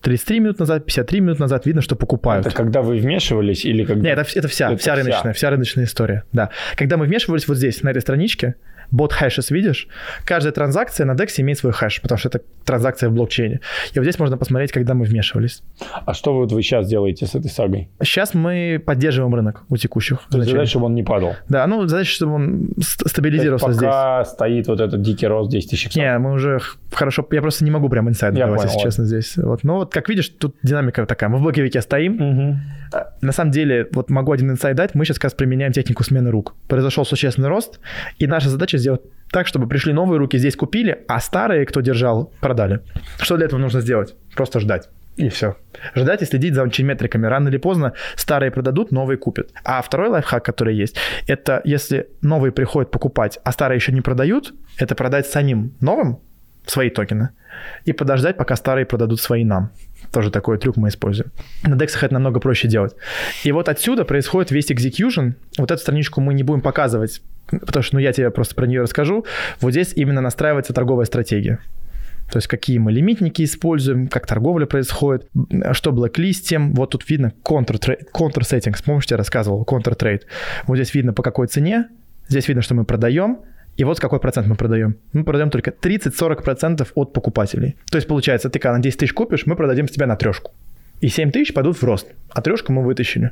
B: 33 минут назад, 53 минут назад видно, что покупают.
A: Это когда вы вмешивались или когда...
B: Нет, это вся рыночная история. Да. Когда мы вмешивались вот здесь, на этой страничке, bot hashes видишь, каждая транзакция на DEX имеет свой хэш, потому что это транзакция в блокчейне. И вот здесь можно посмотреть, когда мы вмешивались.
A: А что вы сейчас делаете с этой сагой?
B: Сейчас мы поддерживаем рынок у текущих значений.
A: Задача, чтобы он не падал.
B: Да, задача, чтобы он стабилизировался здесь.
A: Пока стоит вот этот дикий рост 10 тысяч иксов.
B: Не, мы уже хорошо... Я просто не могу прям инсайд давать, если честно, здесь. Вот как видишь, тут динамика такая. Мы в боковике стоим.
A: Угу.
B: На самом деле, вот могу один инсайд дать. Мы сейчас как раз применяем технику смены рук. Произошел существенный рост, и наша задача сделать так, чтобы пришли новые руки, здесь купили, а старые, кто держал, продали. Что для этого нужно сделать? Просто ждать. И все. Ждать и следить за ончейн-метриками. Рано или поздно старые продадут, новые купят. А второй лайфхак, который есть, это если новые приходят покупать, а старые еще не продают, это продать самим новым свои токены и подождать, пока старые продадут свои нам. Тоже такой трюк мы используем. На DEX это намного проще делать. И вот отсюда происходит весь execution. Вот эту страничку мы не будем показывать, потому что я тебе просто про нее расскажу. Вот здесь именно настраивается торговая стратегия. То есть какие мы лимитники используем, как торговля происходит, что блэклистим. Вот тут видно counter-settings. Помнишь, я рассказывал, counter-trade. Вот здесь видно, по какой цене. Здесь видно, что мы продаем. И вот с какой процент мы продаем. Мы продаем только 30-40% от покупателей. То есть получается, ты когда на 10 тысяч купишь, мы продадим с тебя на 3. И 7 тысяч пойдут в рост. А 3 мы вытащили.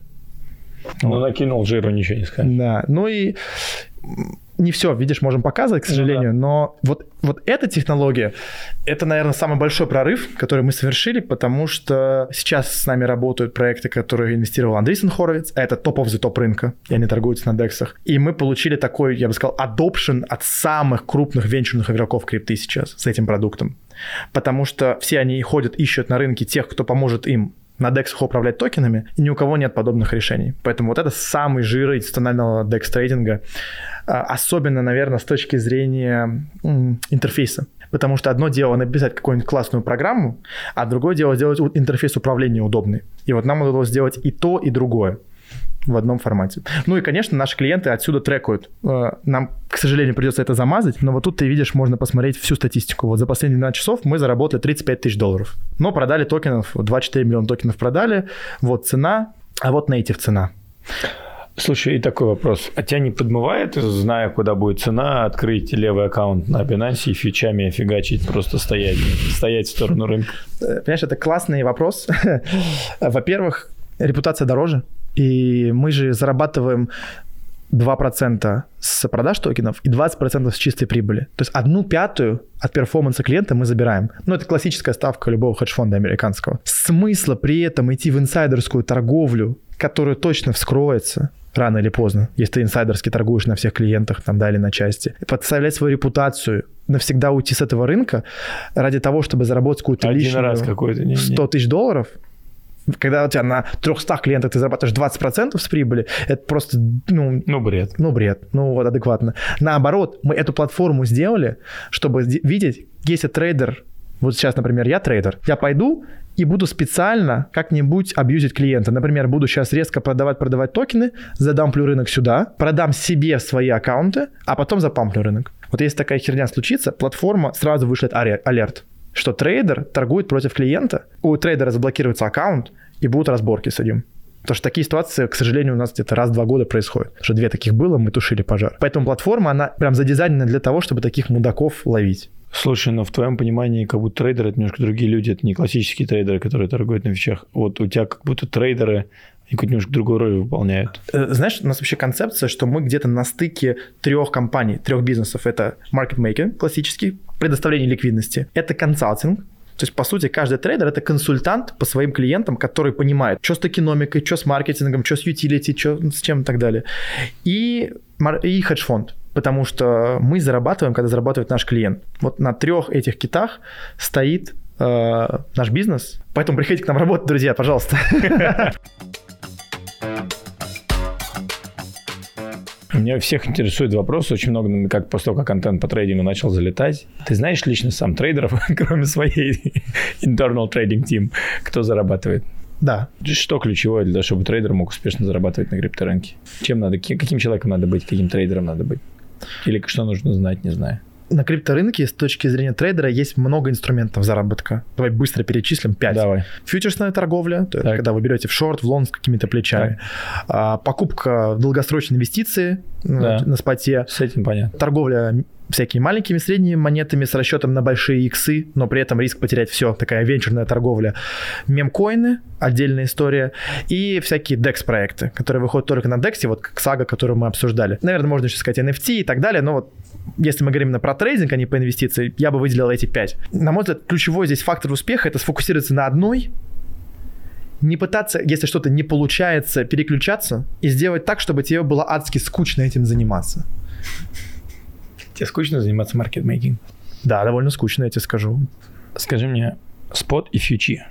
A: Накинул жиру, ничего не скажешь.
B: Да, и не все, видишь, можем показывать, к сожалению, но вот эта технология, это, наверное, самый большой прорыв, который мы совершили, потому что сейчас с нами работают проекты, которые инвестировал Андрейсен Хоровиц, это топ of the топ рынка, и они торгуются на дексах. И мы получили такой, я бы сказал, adoption от самых крупных венчурных игроков крипты сейчас с этим продуктом. Потому что все они ходят, ищут на рынке тех, кто поможет им на DEX управлять токенами, и ни у кого нет подобных решений. Поэтому вот это самый жир институционального DEX-трейдинга, особенно, наверное, с точки зрения интерфейса. Потому что одно дело написать какую-нибудь классную программу, а другое дело сделать интерфейс управления удобный. И вот нам удалось сделать и то, и другое в одном формате. И, конечно, наши клиенты отсюда трекают. Нам, к сожалению, придется это замазать, но вот тут ты видишь, можно посмотреть всю статистику. Вот за последние 12 часов мы заработали $35 тысяч. Но продали токенов, 24 миллиона токенов продали. Вот цена, а вот native цена.
A: Слушай, и такой вопрос. А тебя не подмывает, зная, куда будет цена, открыть левый аккаунт на Binance и фичами фигачить, просто стоять в сторону рынка?
B: Понимаешь, это классный вопрос. Во-первых, репутация дороже. И мы же зарабатываем 2% с продаж токенов и 20% с чистой прибыли. То есть 1/5 от перформанса клиента мы забираем. Это классическая ставка любого хедж-фонда американского. Смысла при этом идти в инсайдерскую торговлю, которая точно вскроется рано или поздно, если ты инсайдерски торгуешь на всех клиентах или на части, подставлять свою репутацию, навсегда уйти с этого рынка ради того, чтобы заработать какую-то лишнюю $100 тысяч, когда у тебя на 300 клиентах ты зарабатываешь 20% с прибыли, это просто,
A: бред.
B: Бред. Адекватно. Наоборот, мы эту платформу сделали, чтобы видеть, если трейдер, вот сейчас, например, я трейдер, я пойду и буду специально как-нибудь абьюзить клиента. Например, буду сейчас резко продавать токены, задамплю рынок сюда, продам себе свои аккаунты, а потом запамплю рынок. Вот если такая херня случится, платформа сразу вышлет алерт, что трейдер торгует против клиента, у трейдера заблокируется аккаунт, и будут разборки с этим. Потому что такие ситуации, к сожалению, у нас где-то раз в 2 года происходят. Что 2 таких было, мы тушили пожар. Поэтому платформа, она прям задизайнена для того, чтобы таких мудаков ловить.
A: Слушай, в твоем понимании, как будто трейдеры – это немножко другие люди, это не классические трейдеры, которые торгуют на фичах. Вот у тебя как будто трейдеры какую-то немножко другую роль выполняют.
B: Знаешь, у нас вообще концепция, что мы где-то на стыке 3 компаний, 3 бизнесов. Это market making классический, предоставление ликвидности. Это консалтинг. То есть, по сути, каждый трейдер – это консультант по своим клиентам, который понимает, что с токеномикой, что с маркетингом, что с utility, что с чем и так далее. И хедж-фонд. Потому что мы зарабатываем, когда зарабатывает наш клиент. Вот на 3 этих китах стоит наш бизнес. Поэтому приходите к нам работать, друзья, пожалуйста.
A: Меня всех интересует вопрос, очень много, как после того, как контент по трейдингу начал залетать. Ты знаешь лично сам трейдеров, кроме своей internal trading team, кто зарабатывает?
B: Да.
A: Что ключевое для того, чтобы трейдер мог успешно зарабатывать на крипторынке? Чем надо, каким человеком надо быть, каким трейдером надо быть? Или что нужно знать, не знаю?
B: На крипторынке с точки зрения трейдера есть много инструментов заработка. Давай быстро перечислим 5.
A: Давай.
B: Фьючерсная торговля, то есть когда вы берете в шорт, в лонг с какими-то плечами. Покупка долгосрочной инвестиции на споте.
A: С этим понятно.
B: Торговля всякими маленькими, средними монетами с расчетом на большие иксы, но при этом риск потерять все, такая венчурная торговля. Мемкоины, отдельная история, и всякие DEX-проекты, которые выходят только на DEX, вот как Saga, которую мы обсуждали. Наверное, можно еще сказать NFT и так далее, но вот если мы говорим именно про трейдинг, а не по инвестиции, я бы выделил эти 5. На мой взгляд, ключевой здесь фактор успеха – это сфокусироваться на одной, не пытаться, если что-то не получается, переключаться и сделать так, чтобы тебе было адски скучно этим заниматься.
A: Тебе скучно заниматься маркетмейкингом?
B: Да, довольно скучно, я тебе скажу.
A: Скажи мне, спот и фьючи.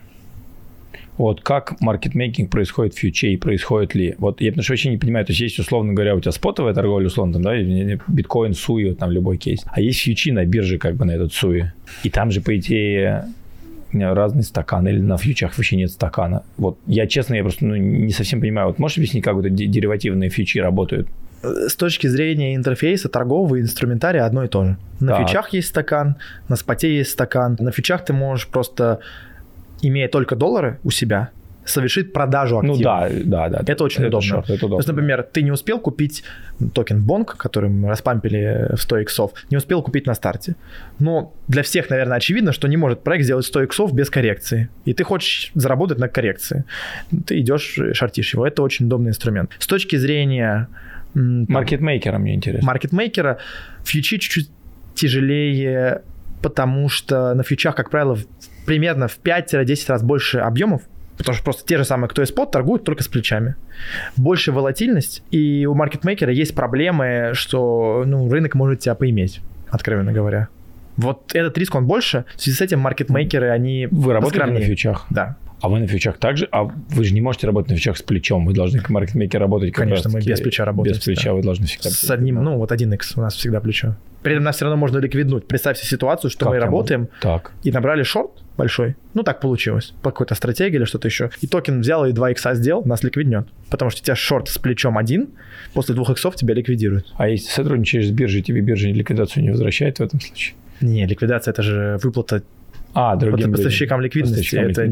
A: Вот как маркетмейкинг происходит в фьюче и происходит ли? Вот я потому что вообще не понимаю, то есть условно говоря, у тебя спотовая торговля, условно, там, да, биткоин, суи, вот там любой кейс. А есть фьючи на бирже как бы на этот суи. И там же, по идее, разный стакан, или на фьючах вообще нет стакана. Вот я, честно, я просто не совсем понимаю. Вот можешь объяснить, как вот эти деривативные фьючи работают?
B: С точки зрения интерфейса, торговый инструментарий одно и то же. На фьючах есть стакан, на споте есть стакан. На фьючах ты можешь просто, имея только доллары у себя, совершить продажу активов.
A: Ну да.
B: Это очень удобно.
A: Шорт, это удобно.
B: То есть, например, ты не успел купить токен Bonk, который мы распампили в 100 иксов, не успел купить на старте. Но для всех, наверное, очевидно, что не может проект сделать 100 иксов без коррекции. И ты хочешь заработать на коррекции. Ты идешь, шортишь его. Это очень удобный инструмент. С точки зрения...
A: Маркетмейкера мне интересно.
B: Маркетмейкера фьючи чуть-чуть тяжелее, потому что на фьючах, как правило, примерно в 5-10 раз больше объемов, потому что просто те же самые, кто и спот, торгуют только с плечами. Больше волатильность, и у маркетмейкера есть проблемы, что рынок может тебя поиметь, откровенно говоря. Вот этот риск, он больше. В связи с этим маркетмейкеры, они...
A: Вы работаете на фьючах?
B: Да.
A: А вы на фьючах также? А вы же не можете работать на фьючах с плечом. Вы должны как маркетмейкер работать как
B: Конечно, мы без плеча работаем.
A: Без плеча вы должны всегда...
B: С одним, вот 1x у нас всегда плечо. При этом нас все равно можно ликвиднуть. Представь себе ситуацию, что мы работаем и набрали шорт большой. Так получилось. По какой-то стратегии или что-то еще. И токен взял и 2 икса сделал, нас ликвиднет. Потому что у тебя шорт с плечом 1, после 2 иксов тебя ликвидируют.
A: А если сотрудничаешь с биржей, тебе биржа ликвидацию не возвращает в этом случае?
B: Не, ликвидация – это же выплата
A: другим
B: поставщикам ликвидности. Это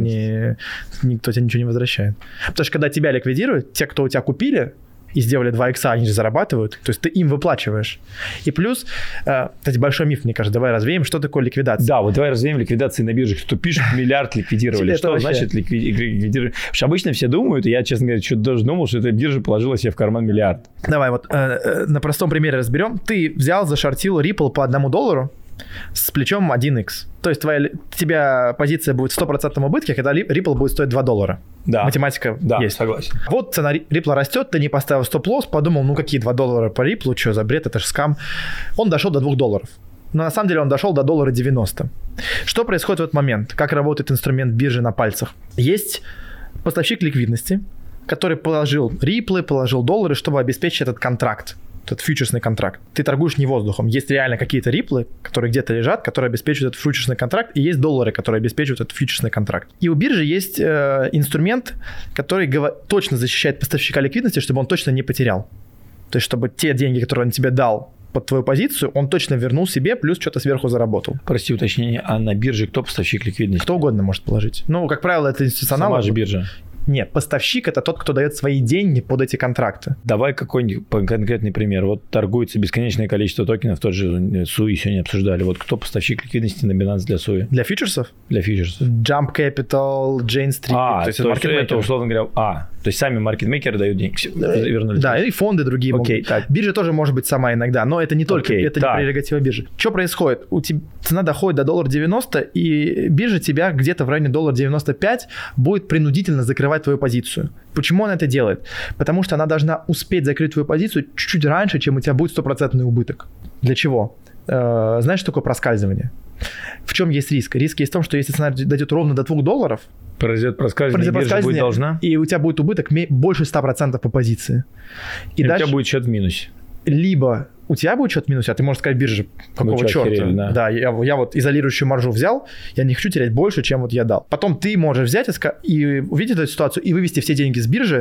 B: никто тебе ничего не возвращает. Потому что когда тебя ликвидируют, те, кто у тебя купили и сделали 2 икса, они же зарабатывают, то есть ты им выплачиваешь. И плюс, кстати, большой миф, мне кажется, давай развеем, что такое ликвидация.
A: Да, вот давай развеем ликвидации на бирже. Кто пишет, миллиард ликвидировали. Что значит ликвидировать? Потому что обычно все думают, и я, честно говоря, что-то даже думал, что эта биржа положила себе в карман миллиард.
B: Давай вот на простом примере разберем. Ты взял, зашортил Ripple по $1 с плечом 1x. То есть у тебя позиция будет в 100% убытке, когда Ripple будет стоить $2.
A: Да.
B: Математика есть.
A: Согласен.
B: Вот цена Ripple растет, ты не поставил стоп-лосс, подумал, какие $2 по Ripple, что за бред, это же скам. Он дошел до $2. Но на самом деле он дошел до $1.90. Что происходит в этот момент? Как работает инструмент биржи на пальцах? Есть поставщик ликвидности, который положил Ripple, положил доллары, чтобы обеспечить этот контракт. Этот фьючерсный контракт. Ты торгуешь не воздухом. Есть реально какие-то риплы, которые где-то лежат, которые обеспечивают этот фьючерсный контракт, и есть доллары, которые обеспечивают этот фьючерсный контракт. И у биржи есть инструмент, который точно защищает поставщика ликвидности, чтобы он точно не потерял. То есть, чтобы те деньги, которые он тебе дал под твою позицию, он точно вернул себе, плюс что-то сверху заработал.
A: Прости, уточнение, а на бирже кто поставщик ликвидности?
B: Кто угодно может положить. Как правило, это институционал.
A: Сама же биржа.
B: Нет, поставщик – это тот, кто дает свои деньги под эти контракты.
A: Давай какой-нибудь конкретный пример. Вот торгуется бесконечное количество токенов, тот же SUI сегодня обсуждали. Вот кто поставщик ликвидности на Binance для SUI?
B: Для фьючерсов?
A: Для фьючерсов.
B: Jump Capital, Jane Street.
A: То есть это, условно говоря, то есть сами маркетмейкеры дают деньги. Вернули.
B: Да, и фонды другие могут. Биржа тоже может быть сама иногда, но это не только, это не прерогатива биржи. Что происходит? У тебя цена доходит до $1.90, и биржа тебя где-то в районе $1.95 будет принудительно закрывать твою позицию. Почему она это делает? Потому что она должна успеть закрыть твою позицию чуть-чуть раньше, чем у тебя будет 100% убыток. Для чего? Знаешь, что такое проскальзывание? В чем есть риск? Риск есть в том, что если цена дойдет ровно до $2,
A: произойдет проскальзывание, биржа будет должна.
B: И у тебя будет убыток больше 100% по позиции.
A: И дальше, у тебя будет счет в минусе.
B: Либо у тебя будет счет в минусе, а ты можешь сказать бирже, какого черта? Да, я вот изолирующую маржу взял, я не хочу терять больше, чем вот я дал. Потом ты можешь взять и увидеть эту ситуацию и вывести все деньги с биржи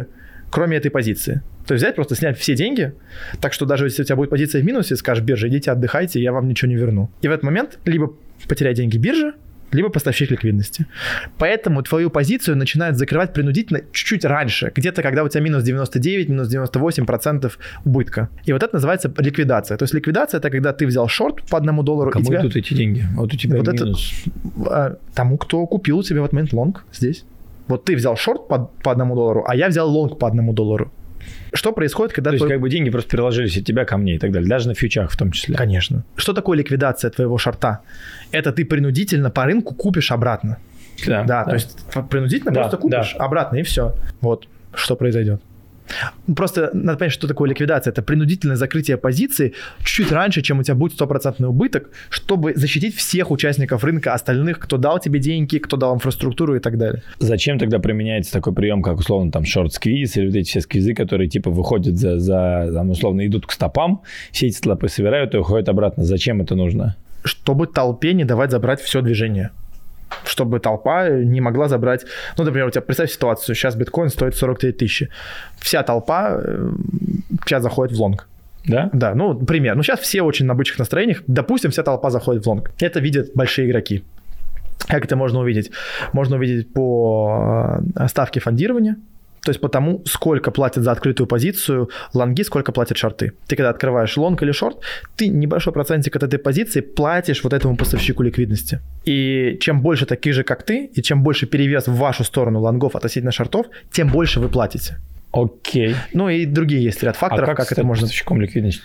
B: кроме этой позиции. То есть взять, просто снять все деньги, так что даже если у тебя будет позиция в минусе, скажешь бирже, идите отдыхайте, я вам ничего не верну. И в этот момент либо потеряет деньги биржа, либо поставщик ликвидности. Поэтому твою позицию начинают закрывать принудительно чуть-чуть раньше, где-то когда у тебя минус 99, минус 98% убытка. И вот это называется ликвидация. То есть ликвидация — это когда ты взял шорт по $1.
A: Кому идут эти деньги? Вот у тебя
B: вот
A: минус.
B: Тому, кто купил у тебя в этот момент лонг здесь. Вот ты взял шорт по $1, а я взял лонг по $1. Что происходит, когда...
A: То есть как бы деньги просто переложились от тебя ко мне и так далее, даже на фьючах в том числе.
B: Конечно. Что такое ликвидация твоего шорта? Это ты принудительно по рынку купишь обратно. Да. То есть принудительно просто купишь обратно, и все. Вот что произойдет. Просто надо понять, что такое ликвидация. Это принудительное закрытие позиции чуть-чуть раньше, чем у тебя будет 100% убыток, чтобы защитить всех участников рынка, остальных, кто дал тебе деньги, кто дал инфраструктуру и так далее.
A: Зачем тогда применяется такой прием, как условно там шорт-сквиз или вот эти все сквизы, которые типа выходят там, условно идут к стопам, все эти стопы собирают и уходят обратно. Зачем это нужно?
B: Чтобы толпе не давать забрать все движение. Чтобы толпа не могла забрать... Ну, например, у тебя, представь ситуацию, сейчас биткоин стоит 43 тысячи. Вся толпа сейчас заходит в лонг.
A: Да?
B: Да, ну, пример. Ну, сейчас все очень на бычьих настроениях. Допустим, вся толпа заходит в лонг. Это видят большие игроки. Как это можно увидеть? Можно увидеть по ставке фондирования. То есть по тому, сколько платят за открытую позицию лонги, сколько платят шорты. Ты когда открываешь лонг или шорт, ты небольшой процентик от этой позиции платишь вот этому поставщику ликвидности. И чем больше таких же, как ты, и чем больше перевес в вашу сторону лонгов относительно шортов, тем больше вы платите.
A: Окей.
B: Ну и другие есть ряд факторов, как это можно...
A: поставщиком ликвидности?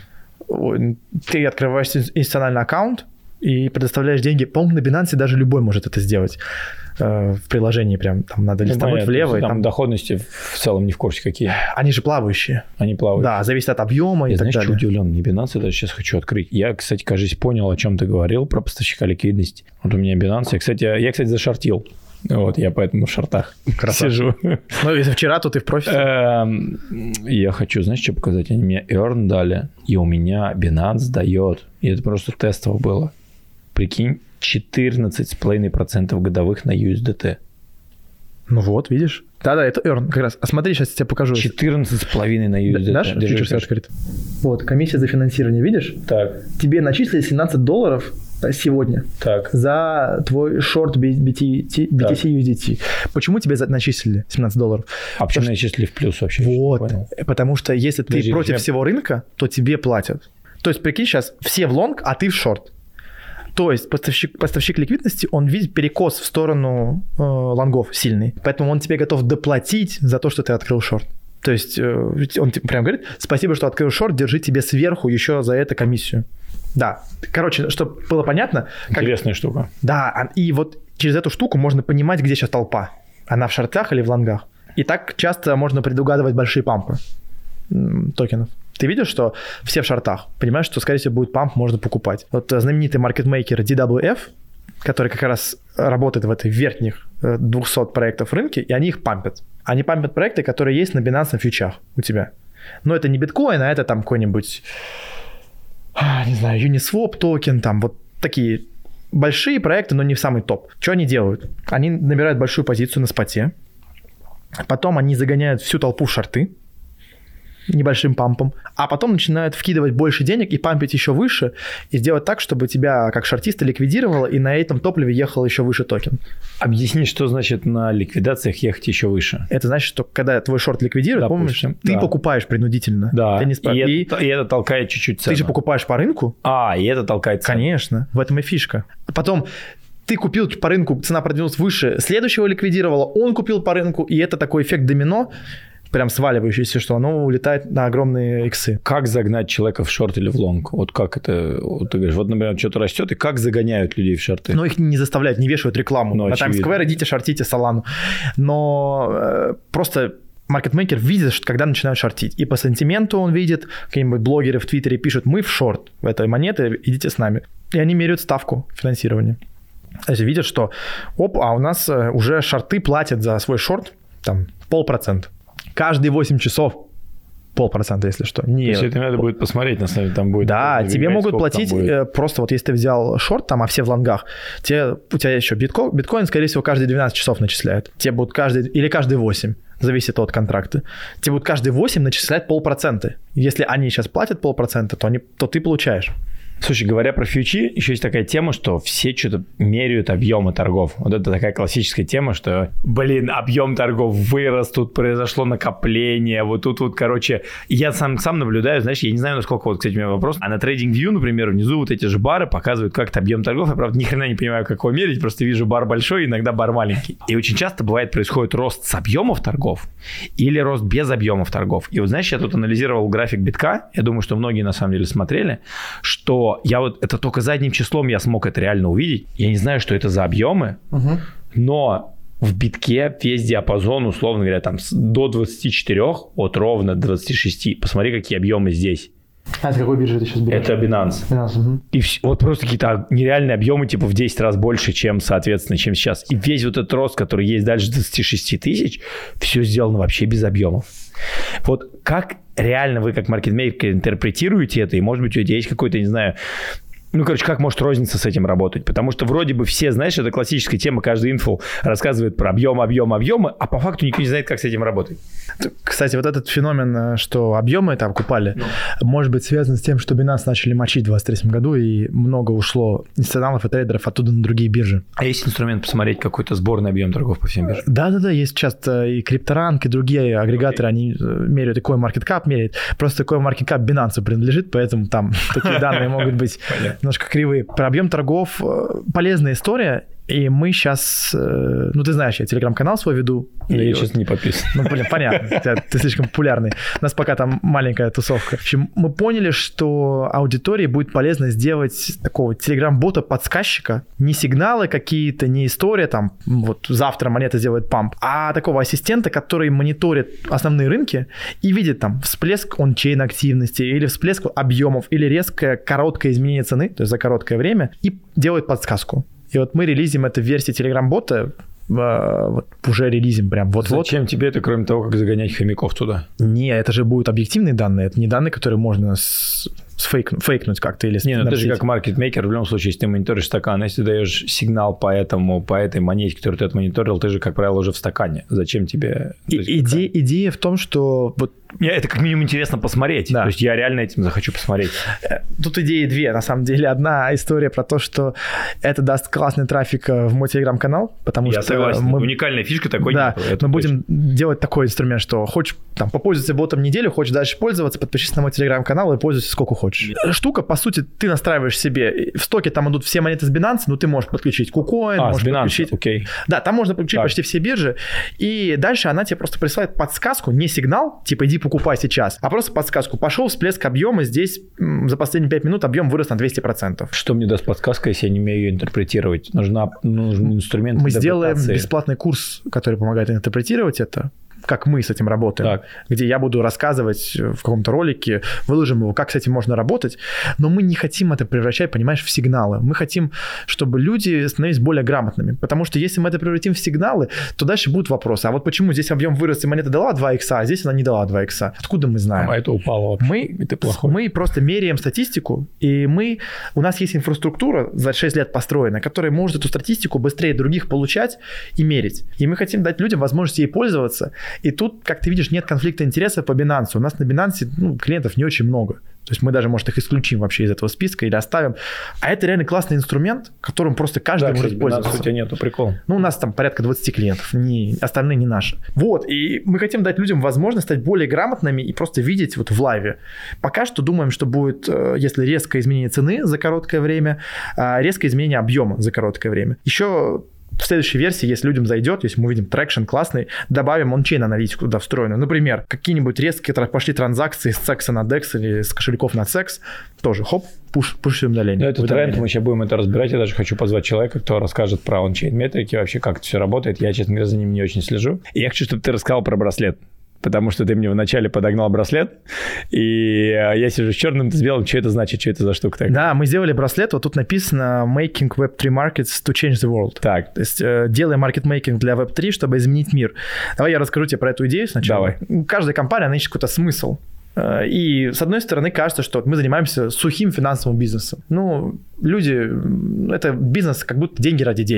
B: Ты открываешь институциональный аккаунт и предоставляешь деньги. По-моему, на Binance даже любой может это сделать. В приложении прям там надо листнуть влево.
A: Там доходности в целом не в курсе какие.
B: Они же плавающие.
A: Они плавающие.
B: Да, зависит от объема и так далее.
A: Знаешь, что удивлен? Не Binance, я даже сейчас хочу открыть. Я, кстати, кажется, понял, о чем ты говорил про поставщика ликвидности. Вот у меня Binance. Я, кстати, зашортил. Вот, я поэтому в шортах сижу.
B: Ну, если вчера, то ты в профите.
A: Я хочу, знаешь, что показать? Они мне earn дали, и у меня Binance дает. И это просто тестово было. Прикинь, 14,5% годовых на USDT.
B: Ну вот, видишь? Да-да, это earn как раз. А смотри, сейчас я тебе покажу.
A: 14,5 на USDT.
B: Дашь? Чуть-чуть открыт. Вот, комиссия за финансирование, видишь?
A: Так.
B: Тебе начислили $17 сегодня.
A: Так.
B: За твой шорт BTC USDT. Почему тебе начислили $17?
A: А почему начислили в плюс вообще?
B: Вот. Потому что если ты против всего рынка, то тебе платят. То есть, прикинь, сейчас все в лонг, а ты в шорт. То есть поставщик ликвидности, он видит перекос в сторону лонгов сильный. Поэтому он тебе готов доплатить за то, что ты открыл шорт. То есть он прям говорит, спасибо, что открыл шорт, держи тебе сверху еще за это комиссию. Да. Короче, чтобы было понятно.
A: Интересная штука.
B: Да, и вот через эту штуку можно понимать, где сейчас толпа. Она в шортах или в лонгах. И так часто можно предугадывать большие пампы токенов. Ты видишь, что все в шортах, понимаешь, что, скорее всего, будет памп, можно покупать. Вот знаменитый маркетмейкер DWF, который как раз работает в этой верхних 200 проектов рынке, и они их пампят. Они пампят проекты, которые есть на Binance фьючах у тебя. Но это не биткоин, а это там какой-нибудь, не знаю, Uniswap токен, там вот такие большие проекты, но не в самый топ. Что они делают? Они набирают большую позицию на споте, потом они загоняют всю толпу в шорты, небольшим пампом, а потом начинают вкидывать больше денег и пампить еще выше, и сделать так, чтобы тебя как шортиста ликвидировало, и на этом топливе ехал еще выше токен.
A: Объясни, что значит на ликвидациях ехать еще выше?
B: Это значит, что когда твой шорт ликвидируют, помнишь, ты покупаешь принудительно.
A: Да, ты не и это толкает чуть-чуть цену.
B: Ты же покупаешь по рынку.
A: И это толкает цену.
B: Конечно, в этом и фишка. Потом ты купил по рынку, цена продвинулась выше, следующего ликвидировала, он купил по рынку, и это такой эффект домино, прям сваливающийся, что оно улетает на огромные иксы.
A: Как загнать человека в шорт или в лонг? Вот как это? Вот ты говоришь, вот, например, что-то растет, и как загоняют людей в шорты?
B: Ну, их не заставляют, не вешают рекламу. На Times Square идите, шортите Solana. Но просто маркетмейкер видит, что когда начинают шортить. И по сентименту он видит, какие-нибудь блогеры в Твиттере пишут, мы в шорт в этой монеты, идите с нами. И они меряют ставку финансирования. То есть видят, что а у нас уже шорты платят за свой шорт там 0,5%. Каждые 8 часов 0,5%, если что.
A: То есть это надо будет посмотреть, на самом деле, там будет...
B: Да, тебе могут платить просто вот если ты взял шорт, там, а все в лонгах, у тебя еще биткоин, скорее всего, каждые 12 часов начисляют. Тебе будут каждые 8. зависит от контракта, тебе будут каждые 8 начислять 0,5%. Если они сейчас платят 0,5%, то ты получаешь.
A: Слушай, говоря про фьючи, еще есть такая тема, что все что-то меряют объемы торгов. Вот это такая классическая тема, что, объем торгов вырос, тут произошло накопление, вот тут вот, короче, я сам наблюдаю, знаешь, я не знаю, насколько, вот, кстати, у меня вопрос, а на TradingView, например, внизу вот эти же бары показывают как-то объем торгов, я, правда, ни хрена не понимаю, как его мерить, просто вижу бар большой, иногда бар маленький. И очень часто бывает происходит рост с объемов торгов или рост без объемов торгов. И вот, знаешь, я тут анализировал график битка, я думаю, что многие на самом деле смотрели, что я вот, это только задним числом я смог это реально увидеть. Я не знаю, что это за объемы, но в битке весь диапазон, условно говоря, там до 24 от ровно 26. Посмотри, какие объемы здесь.
B: А с какой биржи ты сейчас берешь?
A: Это Binance. И вот просто какие-то нереальные объемы, типа в 10 раз больше, чем, соответственно, чем сейчас. И весь вот этот рост, который есть дальше 26 тысяч, все сделано вообще без объемов. Вот как реально вы как маркетмейкер интерпретируете это? И, может быть, у тебя есть какой-то, не знаю, как может розница с этим работать? Потому что вроде бы все, знаешь, это классическая тема, каждый инфо рассказывает про объемы, а по факту никто не знает, как с этим работать.
B: Кстати, вот этот феномен, что объемы там купали, может быть связан с тем, что Binance начали мочить в 2023 году, и много ушло институционалов и трейдеров оттуда на другие биржи.
A: А есть инструмент посмотреть какой-то сборный объем торгов по всем биржам?
B: Да, есть часто и CryptoRank, и другие агрегаторы, они меряют, и CoinMarketCap меряет. Просто CoinMarketCap Binance принадлежит, поэтому там такие данные могут быть немножко кривые. Про объем торгов полезная история. И мы сейчас, ты знаешь, я телеграм-канал свой веду.
A: Я сейчас не подписан.
B: Понятно, ты слишком популярный. У нас пока там маленькая тусовка. В общем, мы поняли, что аудитории будет полезно сделать такого телеграм-бота-подсказчика. Не сигналы какие-то, не история, там, вот завтра монета сделает памп, а такого ассистента, который мониторит основные рынки и видит там всплеск он-чейн активности или всплеск объемов или резкое короткое изменение цены, то есть за короткое время, и делает подсказку. И вот мы релизим это в версии Telegram-бота, уже релизим прям вот-вот.
A: Зачем тебе это, кроме того, как загонять хомяков туда?
B: Не, это же будут объективные данные, это не данные, которые можно фейкнуть как-то или...
A: Не, ты же как маркетмейкер, в любом случае, если ты мониторишь стакан, если ты даешь сигнал по этой монете, которую ты отмониторил, ты же, как правило, уже в стакане. Зачем тебе...
B: Идея в том, что...
A: Мне это как минимум интересно посмотреть.
B: Да.
A: То есть я реально этим захочу посмотреть.
B: Тут идеи две, на самом деле. Одна история про то, что это даст классный трафик в мой телеграм-канал, потому
A: я
B: что...
A: согласен. Уникальная фишка такой.
B: Да, мы будем делать такой инструмент, что хочешь там попользоваться ботом неделю, хочешь дальше пользоваться, подпишись на мой телеграм-канал и пользуйся сколько хочешь. Штука, по сути, ты настраиваешь себе. В стоке там идут все монеты с Binance, но ты можешь подключить KuCoin, можешь подключить...
A: окей.
B: Да, там можно подключить почти все биржи, и дальше она тебе просто присылает подсказку, не сигнал, типа иди покупай сейчас, а просто подсказку. Пошел всплеск объема, здесь за последние 5 минут объем вырос на 200%.
A: Что мне даст подсказка, если я не умею ее интерпретировать? Нужен инструмент.
B: Мы сделаем бесплатный курс, который помогает интерпретировать это, как мы с этим работаем, где я буду рассказывать в каком-то ролике, выложим его, как с этим можно работать, но мы не хотим это превращать, понимаешь, в сигналы. Мы хотим, чтобы люди становились более грамотными, потому что если мы это превратим в сигналы, то дальше будут вопросы. А вот почему здесь объем вырос, и монета дала 2 икса, а здесь она не дала 2 икса? Откуда мы знаем?
A: А это упало вообще.
B: Мы просто меряем статистику, и у нас есть инфраструктура за 6 лет построенная, которая может эту статистику быстрее других получать и мерить. И мы хотим дать людям возможность ей пользоваться. И тут, как ты видишь, нет конфликта интересов по Binance. У нас на Binance клиентов не очень много. То есть мы даже, может, их исключим вообще из этого списка или оставим. А это реально классный инструмент, которым просто каждый может пользоваться.
A: У тебя нету, прикол.
B: У нас там порядка 20 клиентов, остальные не наши. Вот, и мы хотим дать людям возможность стать более грамотными и просто видеть вот в лайве. Пока что думаем, что будет, если резкое изменение цены за короткое время, резкое изменение объема за короткое время. Еще в следующей версии, если людям зайдет, если мы увидим трекшн классный, добавим он-чейн аналитику туда встроенную. Например, какие-нибудь резкие пошли транзакции с секса на DEX или с кошельков на секс, тоже хоп, пуш-уведомление.
A: Это тренд, мы сейчас будем это разбирать. Я даже хочу позвать человека, кто расскажет про он-чейн метрики, вообще как это все работает. Я, честно говоря, за ним не очень слежу. И я хочу, чтобы ты рассказал про браслет. Потому что ты мне вначале подогнал браслет, и я сижу с черным, ты с белым. Что это значит? Что это за штука такая?
B: Да, мы сделали браслет, вот тут написано «Making Web3 Markets to change the world».
A: Так.
B: То есть делаем маркетмейкинг для Web3, чтобы изменить мир. Давай я расскажу тебе про эту идею сначала.
A: Давай.
B: Каждая компания, она ищет какой-то смысл. И, с одной стороны, кажется, что мы занимаемся сухим финансовым бизнесом. Люди, это бизнес как будто деньги ради денег.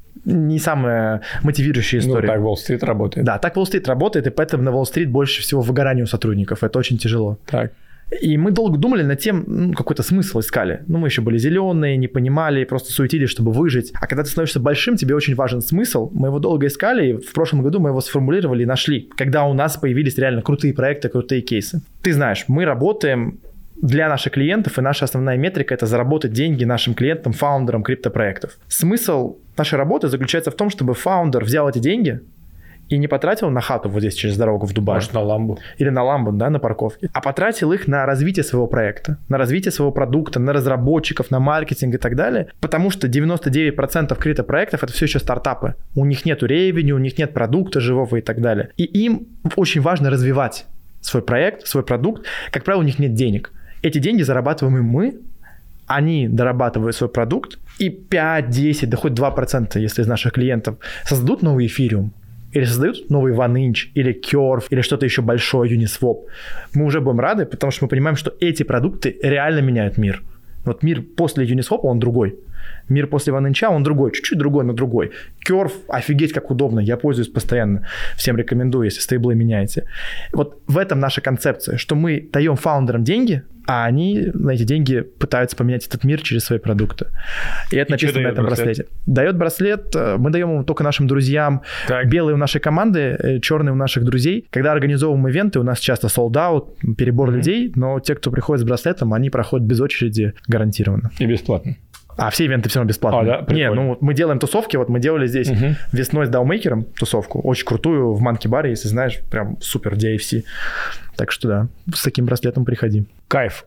B: не самая мотивирующая история.
A: Ну, так Уолл-стрит работает.
B: Да, так Уолл-стрит работает, и поэтому на Уолл-стрит больше всего выгорания у сотрудников. Это очень тяжело.
A: Так.
B: И мы долго думали над тем, какой-то смысл искали. Мы еще были зеленые, не понимали, просто суетились, чтобы выжить. А когда ты становишься большим, тебе очень важен смысл. Мы его долго искали, и в прошлом году мы его сформулировали и нашли. Когда у нас появились реально крутые проекты, крутые кейсы. Ты знаешь, мы работаем для наших клиентов, и наша основная метрика – это заработать деньги нашим клиентам, фаундерам криптопроектов. Смысл нашей работы заключается в том, чтобы фаундер взял эти деньги и не потратил на хату вот здесь через дорогу в Дубае.
A: Может, на ламбу.
B: Или на ламбу, да, на парковке. А потратил их на развитие своего проекта, на развитие своего продукта, на разработчиков, на маркетинг и так далее. Потому что 99% криптопроектов – это все еще стартапы. У них нету ревеню, у них нет продукта живого и так далее. И им очень важно развивать свой проект, свой продукт. Как правило, у них нет денег. Эти деньги зарабатываем и мы. Они дорабатывают свой продукт. И 5, 10, да хоть 2%, если из наших клиентов создадут новый эфириум, или создают новый OneInch, или Curve, или что-то еще большое, Uniswap, мы уже будем рады, потому что мы понимаем, что эти продукты реально меняют мир. Вот мир после Uniswap, он другой. Мир после OneInch, он другой, чуть-чуть другой, но другой. Curve, офигеть, как удобно, я пользуюсь постоянно. Всем рекомендую, если стейблы меняете. Вот в этом наша концепция, что мы даем фаундерам деньги, а они на эти деньги пытаются поменять этот мир через свои продукты. И это написано на этом браслете. Дает браслет, мы даем его только нашим друзьям. Так. Белый у нашей команды, черный у наших друзей. Когда организовываем ивенты, у нас часто sold out, перебор людей, но те, кто приходит с браслетом, они проходят без очереди гарантированно.
A: И бесплатно.
B: А все ивенты все равно бесплатные.
A: Да?
B: Не, ну мы делаем тусовки, вот мы делали здесь весной с DAO-мейкером тусовку, очень крутую, в Манки-баре, если знаешь, прям супер DFC. Так что да, с таким браслетом приходи.
A: Кайф.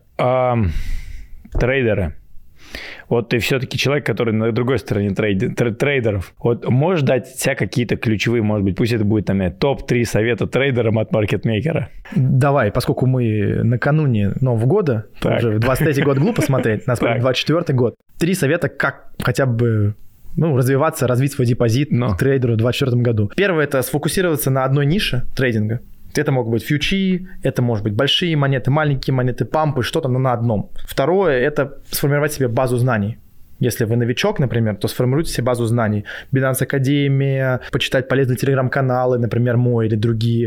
A: Трейдеры. Вот ты все-таки человек, который на другой стороне трейдеров. Вот можешь дать себя какие-то ключевые, может быть, пусть это будет там топ-3 совета трейдерам от маркетмейкера?
B: Давай, поскольку мы накануне Нового года, уже 23-й год глупо смотреть, нас 24-й год. 3 совета, как хотя бы развиваться, развить свой депозит к трейдеру в 2024 году. Первое – это сфокусироваться на одной нише трейдинга. Это могут быть фьючи, это может быть большие монеты, маленькие монеты, пампы, что-то, но на одном. Второе – это сформировать себе базу знаний. Если вы новичок, например, то сформируйте себе базу знаний. Binance Академия, почитать полезные телеграм-каналы, например, мой или другие.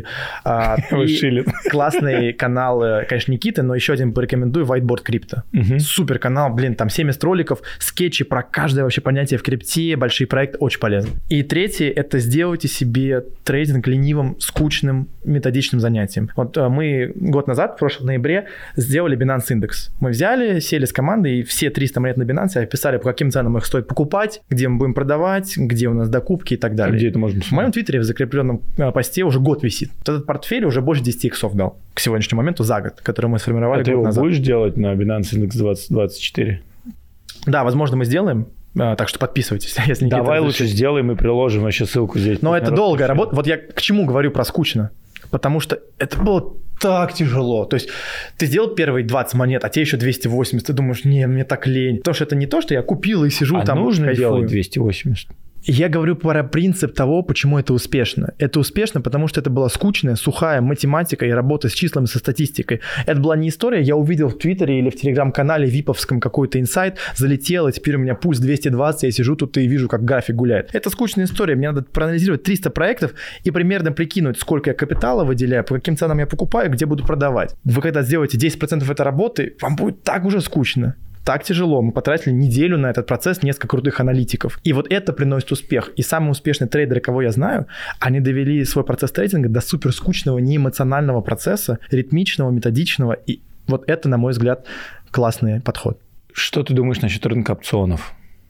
B: И классные каналы, конечно, Никиты, но еще один порекомендую – Whiteboard Crypto. Супер канал, там 70 роликов, скетчи про каждое вообще понятие в крипте, большие проекты, очень полезно. И третье – это сделайте себе трейдинг ленивым, скучным, методичным занятием. Вот мы год назад, в прошлом ноябре, сделали Binance Index. Мы взяли, сели с командой, и все 300 монет на Binance описали, по каким ценам их стоит покупать, где мы будем продавать, где у нас докупки и так далее.
A: Где это можно посмотреть?
B: В моем твиттере в закрепленном посте уже год висит. Этот портфель уже больше 10 иксов дал к сегодняшнему моменту за год, который мы сформировали год назад.
A: А ты его будешь делать на Binance Index 2024?
B: Да, возможно, мы сделаем. Так что подписывайтесь, если Никита
A: Давай лучше сделаем и приложим вообще ссылку здесь.
B: Но это долгая работа. Вот я к чему говорю про скучно. Потому что это было так тяжело. То есть ты сделал первые 20 монет, а тебе еще 280. Ты думаешь, мне так лень. Потому что это не то, что я купил и сижу там.
A: Нужно делать 280.
B: Я говорю про принцип того, почему это успешно. Это успешно, потому что это была скучная, сухая математика и работа с числами, со статистикой. Это была не история, я увидел в Твиттере или в Телеграм-канале виповском какой-то инсайт, залетел, и теперь у меня пульс 220, я сижу тут и вижу, как график гуляет. Это скучная история, мне надо проанализировать 300 проектов и примерно прикинуть, сколько я капитала выделяю, по каким ценам я покупаю, где буду продавать. Вы когда сделаете 10% этой работы, вам будет так уже скучно. Так тяжело. Мы потратили неделю на этот процесс, несколько крутых аналитиков. И вот это приносит успех. И самые успешные трейдеры, кого я знаю, они довели свой процесс трейдинга до супер скучного, неэмоционального процесса, ритмичного, методичного. И вот это, на мой взгляд, классный подход.
A: Что ты думаешь насчет рынка опционов?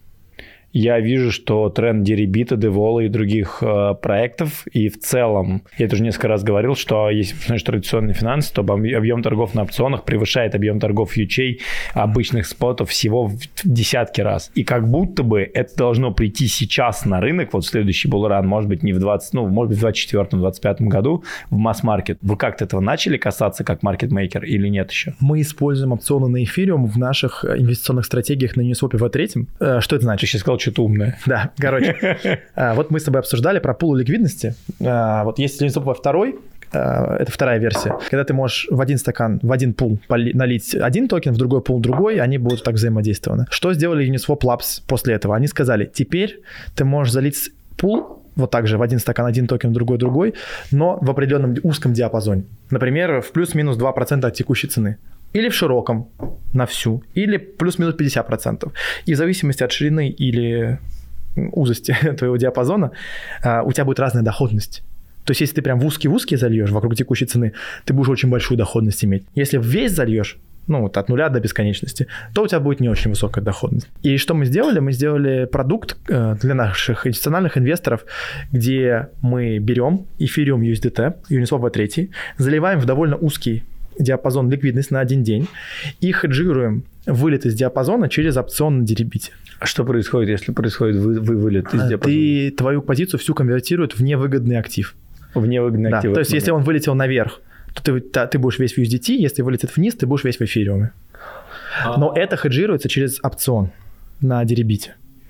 A: Я вижу, что тренд Дерибита, Девола и других проектов, и в целом, я это уже несколько раз говорил, что если посмотришь традиционные финансы, то объем торгов на опционах превышает объем торгов фьючей обычных спотов всего в десятки раз. И как будто бы это должно прийти сейчас на рынок, вот следующий буллран, может быть, не в 2024-2025 году в масс-маркет. Вы как-то этого начали касаться как маркетмейкер или нет еще?
B: Мы используем опционы на эфириум в наших инвестиционных стратегиях на Uniswap V3. Что это значит?
A: Ты сейчас сказал, что-то умное.
B: Да, короче. Вот мы с тобой обсуждали про пул ликвидности. Вот есть Uniswap V2, это вторая версия. Когда ты можешь в один стакан, в один пул налить один токен, в другой пул другой, они будут так взаимодействованы. Что сделали Uniswap Labs после этого? Они сказали, теперь ты можешь залить пул вот так же в один стакан, один токен, в другой, но в определенном узком диапазоне. Например, в плюс-минус 2% от текущей цены. Или в широком на всю, или плюс-минус 50%. И в зависимости от ширины или узости твоего диапазона у тебя будет разная доходность. То есть, если ты прям в узкий зальешь вокруг текущей цены, ты будешь очень большую доходность иметь. Если в весь зальешь, вот от нуля до бесконечности, то у тебя будет не очень высокая доходность. И что мы сделали? Мы сделали продукт для наших институциональных инвесторов, где мы берем Ethereum USDT, Uniswap V3, заливаем в довольно узкий диапазон ликвидность на один день и хеджируем вылет из диапазона через опцион на Deribit.
A: А что происходит, если происходит вылет из диапазона?
B: Твою позицию всю конвертируют в невыгодный актив.
A: В невыгодный актив.
B: То есть, если он вылетел наверх, то ты будешь весь в USDT, если вылетит вниз, ты будешь весь в эфириуме. Но это хеджируется через опцион на Deribit.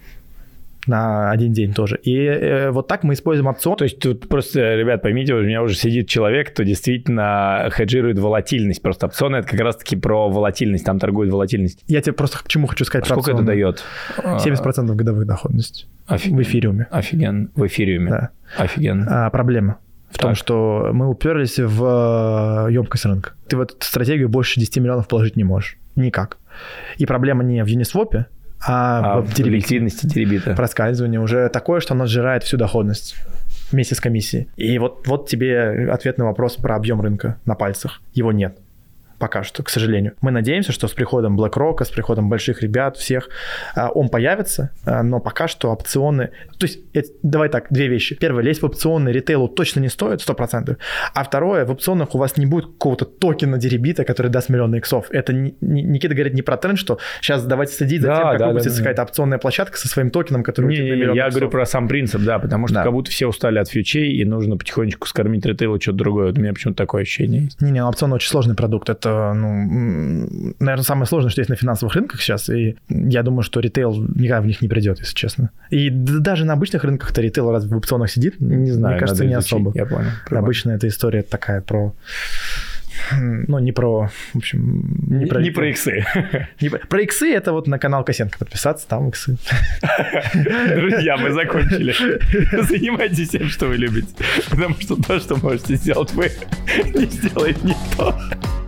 B: На один день тоже. И вот так мы используем опцион.
A: То есть тут просто, ребят, поймите, у меня уже сидит человек, кто действительно хеджирует волатильность. Просто опционы — это как раз-таки про волатильность, там торгует волатильность.
B: Я тебе просто к чему хочу сказать.
A: Сколько это дает?
B: 70% годовых доходность. В эфириуме.
A: Офигенно. В эфириуме.
B: Да.
A: Офигенно.
B: Проблема в том, что мы уперлись в емкость рынка. Ты в эту стратегию больше 10 миллионов положить не можешь. Никак. И проблема не в Uniswap, а в
A: ликвидности Deribit.
B: Проскальзывание уже такое, что оно сжирает всю доходность вместе с комиссией. И вот тебе ответ на вопрос про объем рынка на пальцах. Его нет. Пока что, к сожалению. Мы надеемся, что с приходом BlackRock, с приходом больших ребят, всех, он появится, но пока что опционы... То есть, давай так, две вещи. Первое, лезть в опционы ритейлу точно не стоит, 100%. А второе, в опционах у вас не будет какого-то токена Deribit, который даст миллионы иксов. Это Никита говорит не про тренд, что сейчас давайте следить за тем, как выпустится какая-то опционная площадка со своим токеном, который...
A: Я говорю про сам принцип, да, потому что как будто все устали от фьючей, и нужно потихонечку скормить ритейлу что-то другое. У меня почему-то такое ощущение есть.
B: Опцион очень сложный продукт. Это, наверное, самое сложное, что есть на финансовых рынках сейчас, и я думаю, что ритейл никогда в них не придет, если честно. И даже на обычных рынках-то ритейл разве в опционах сидит?
A: Не знаю,
B: мне кажется, не особо.
A: Я понял.
B: Обычно эта история такая про... не про... В общем...
A: Не про иксы.
B: Про иксы — это вот на канал Косенко подписаться, там иксы.
A: Друзья, мы закончили. Занимайтесь тем, что вы любите. Потому что то, что можете сделать вы, не сделает никто.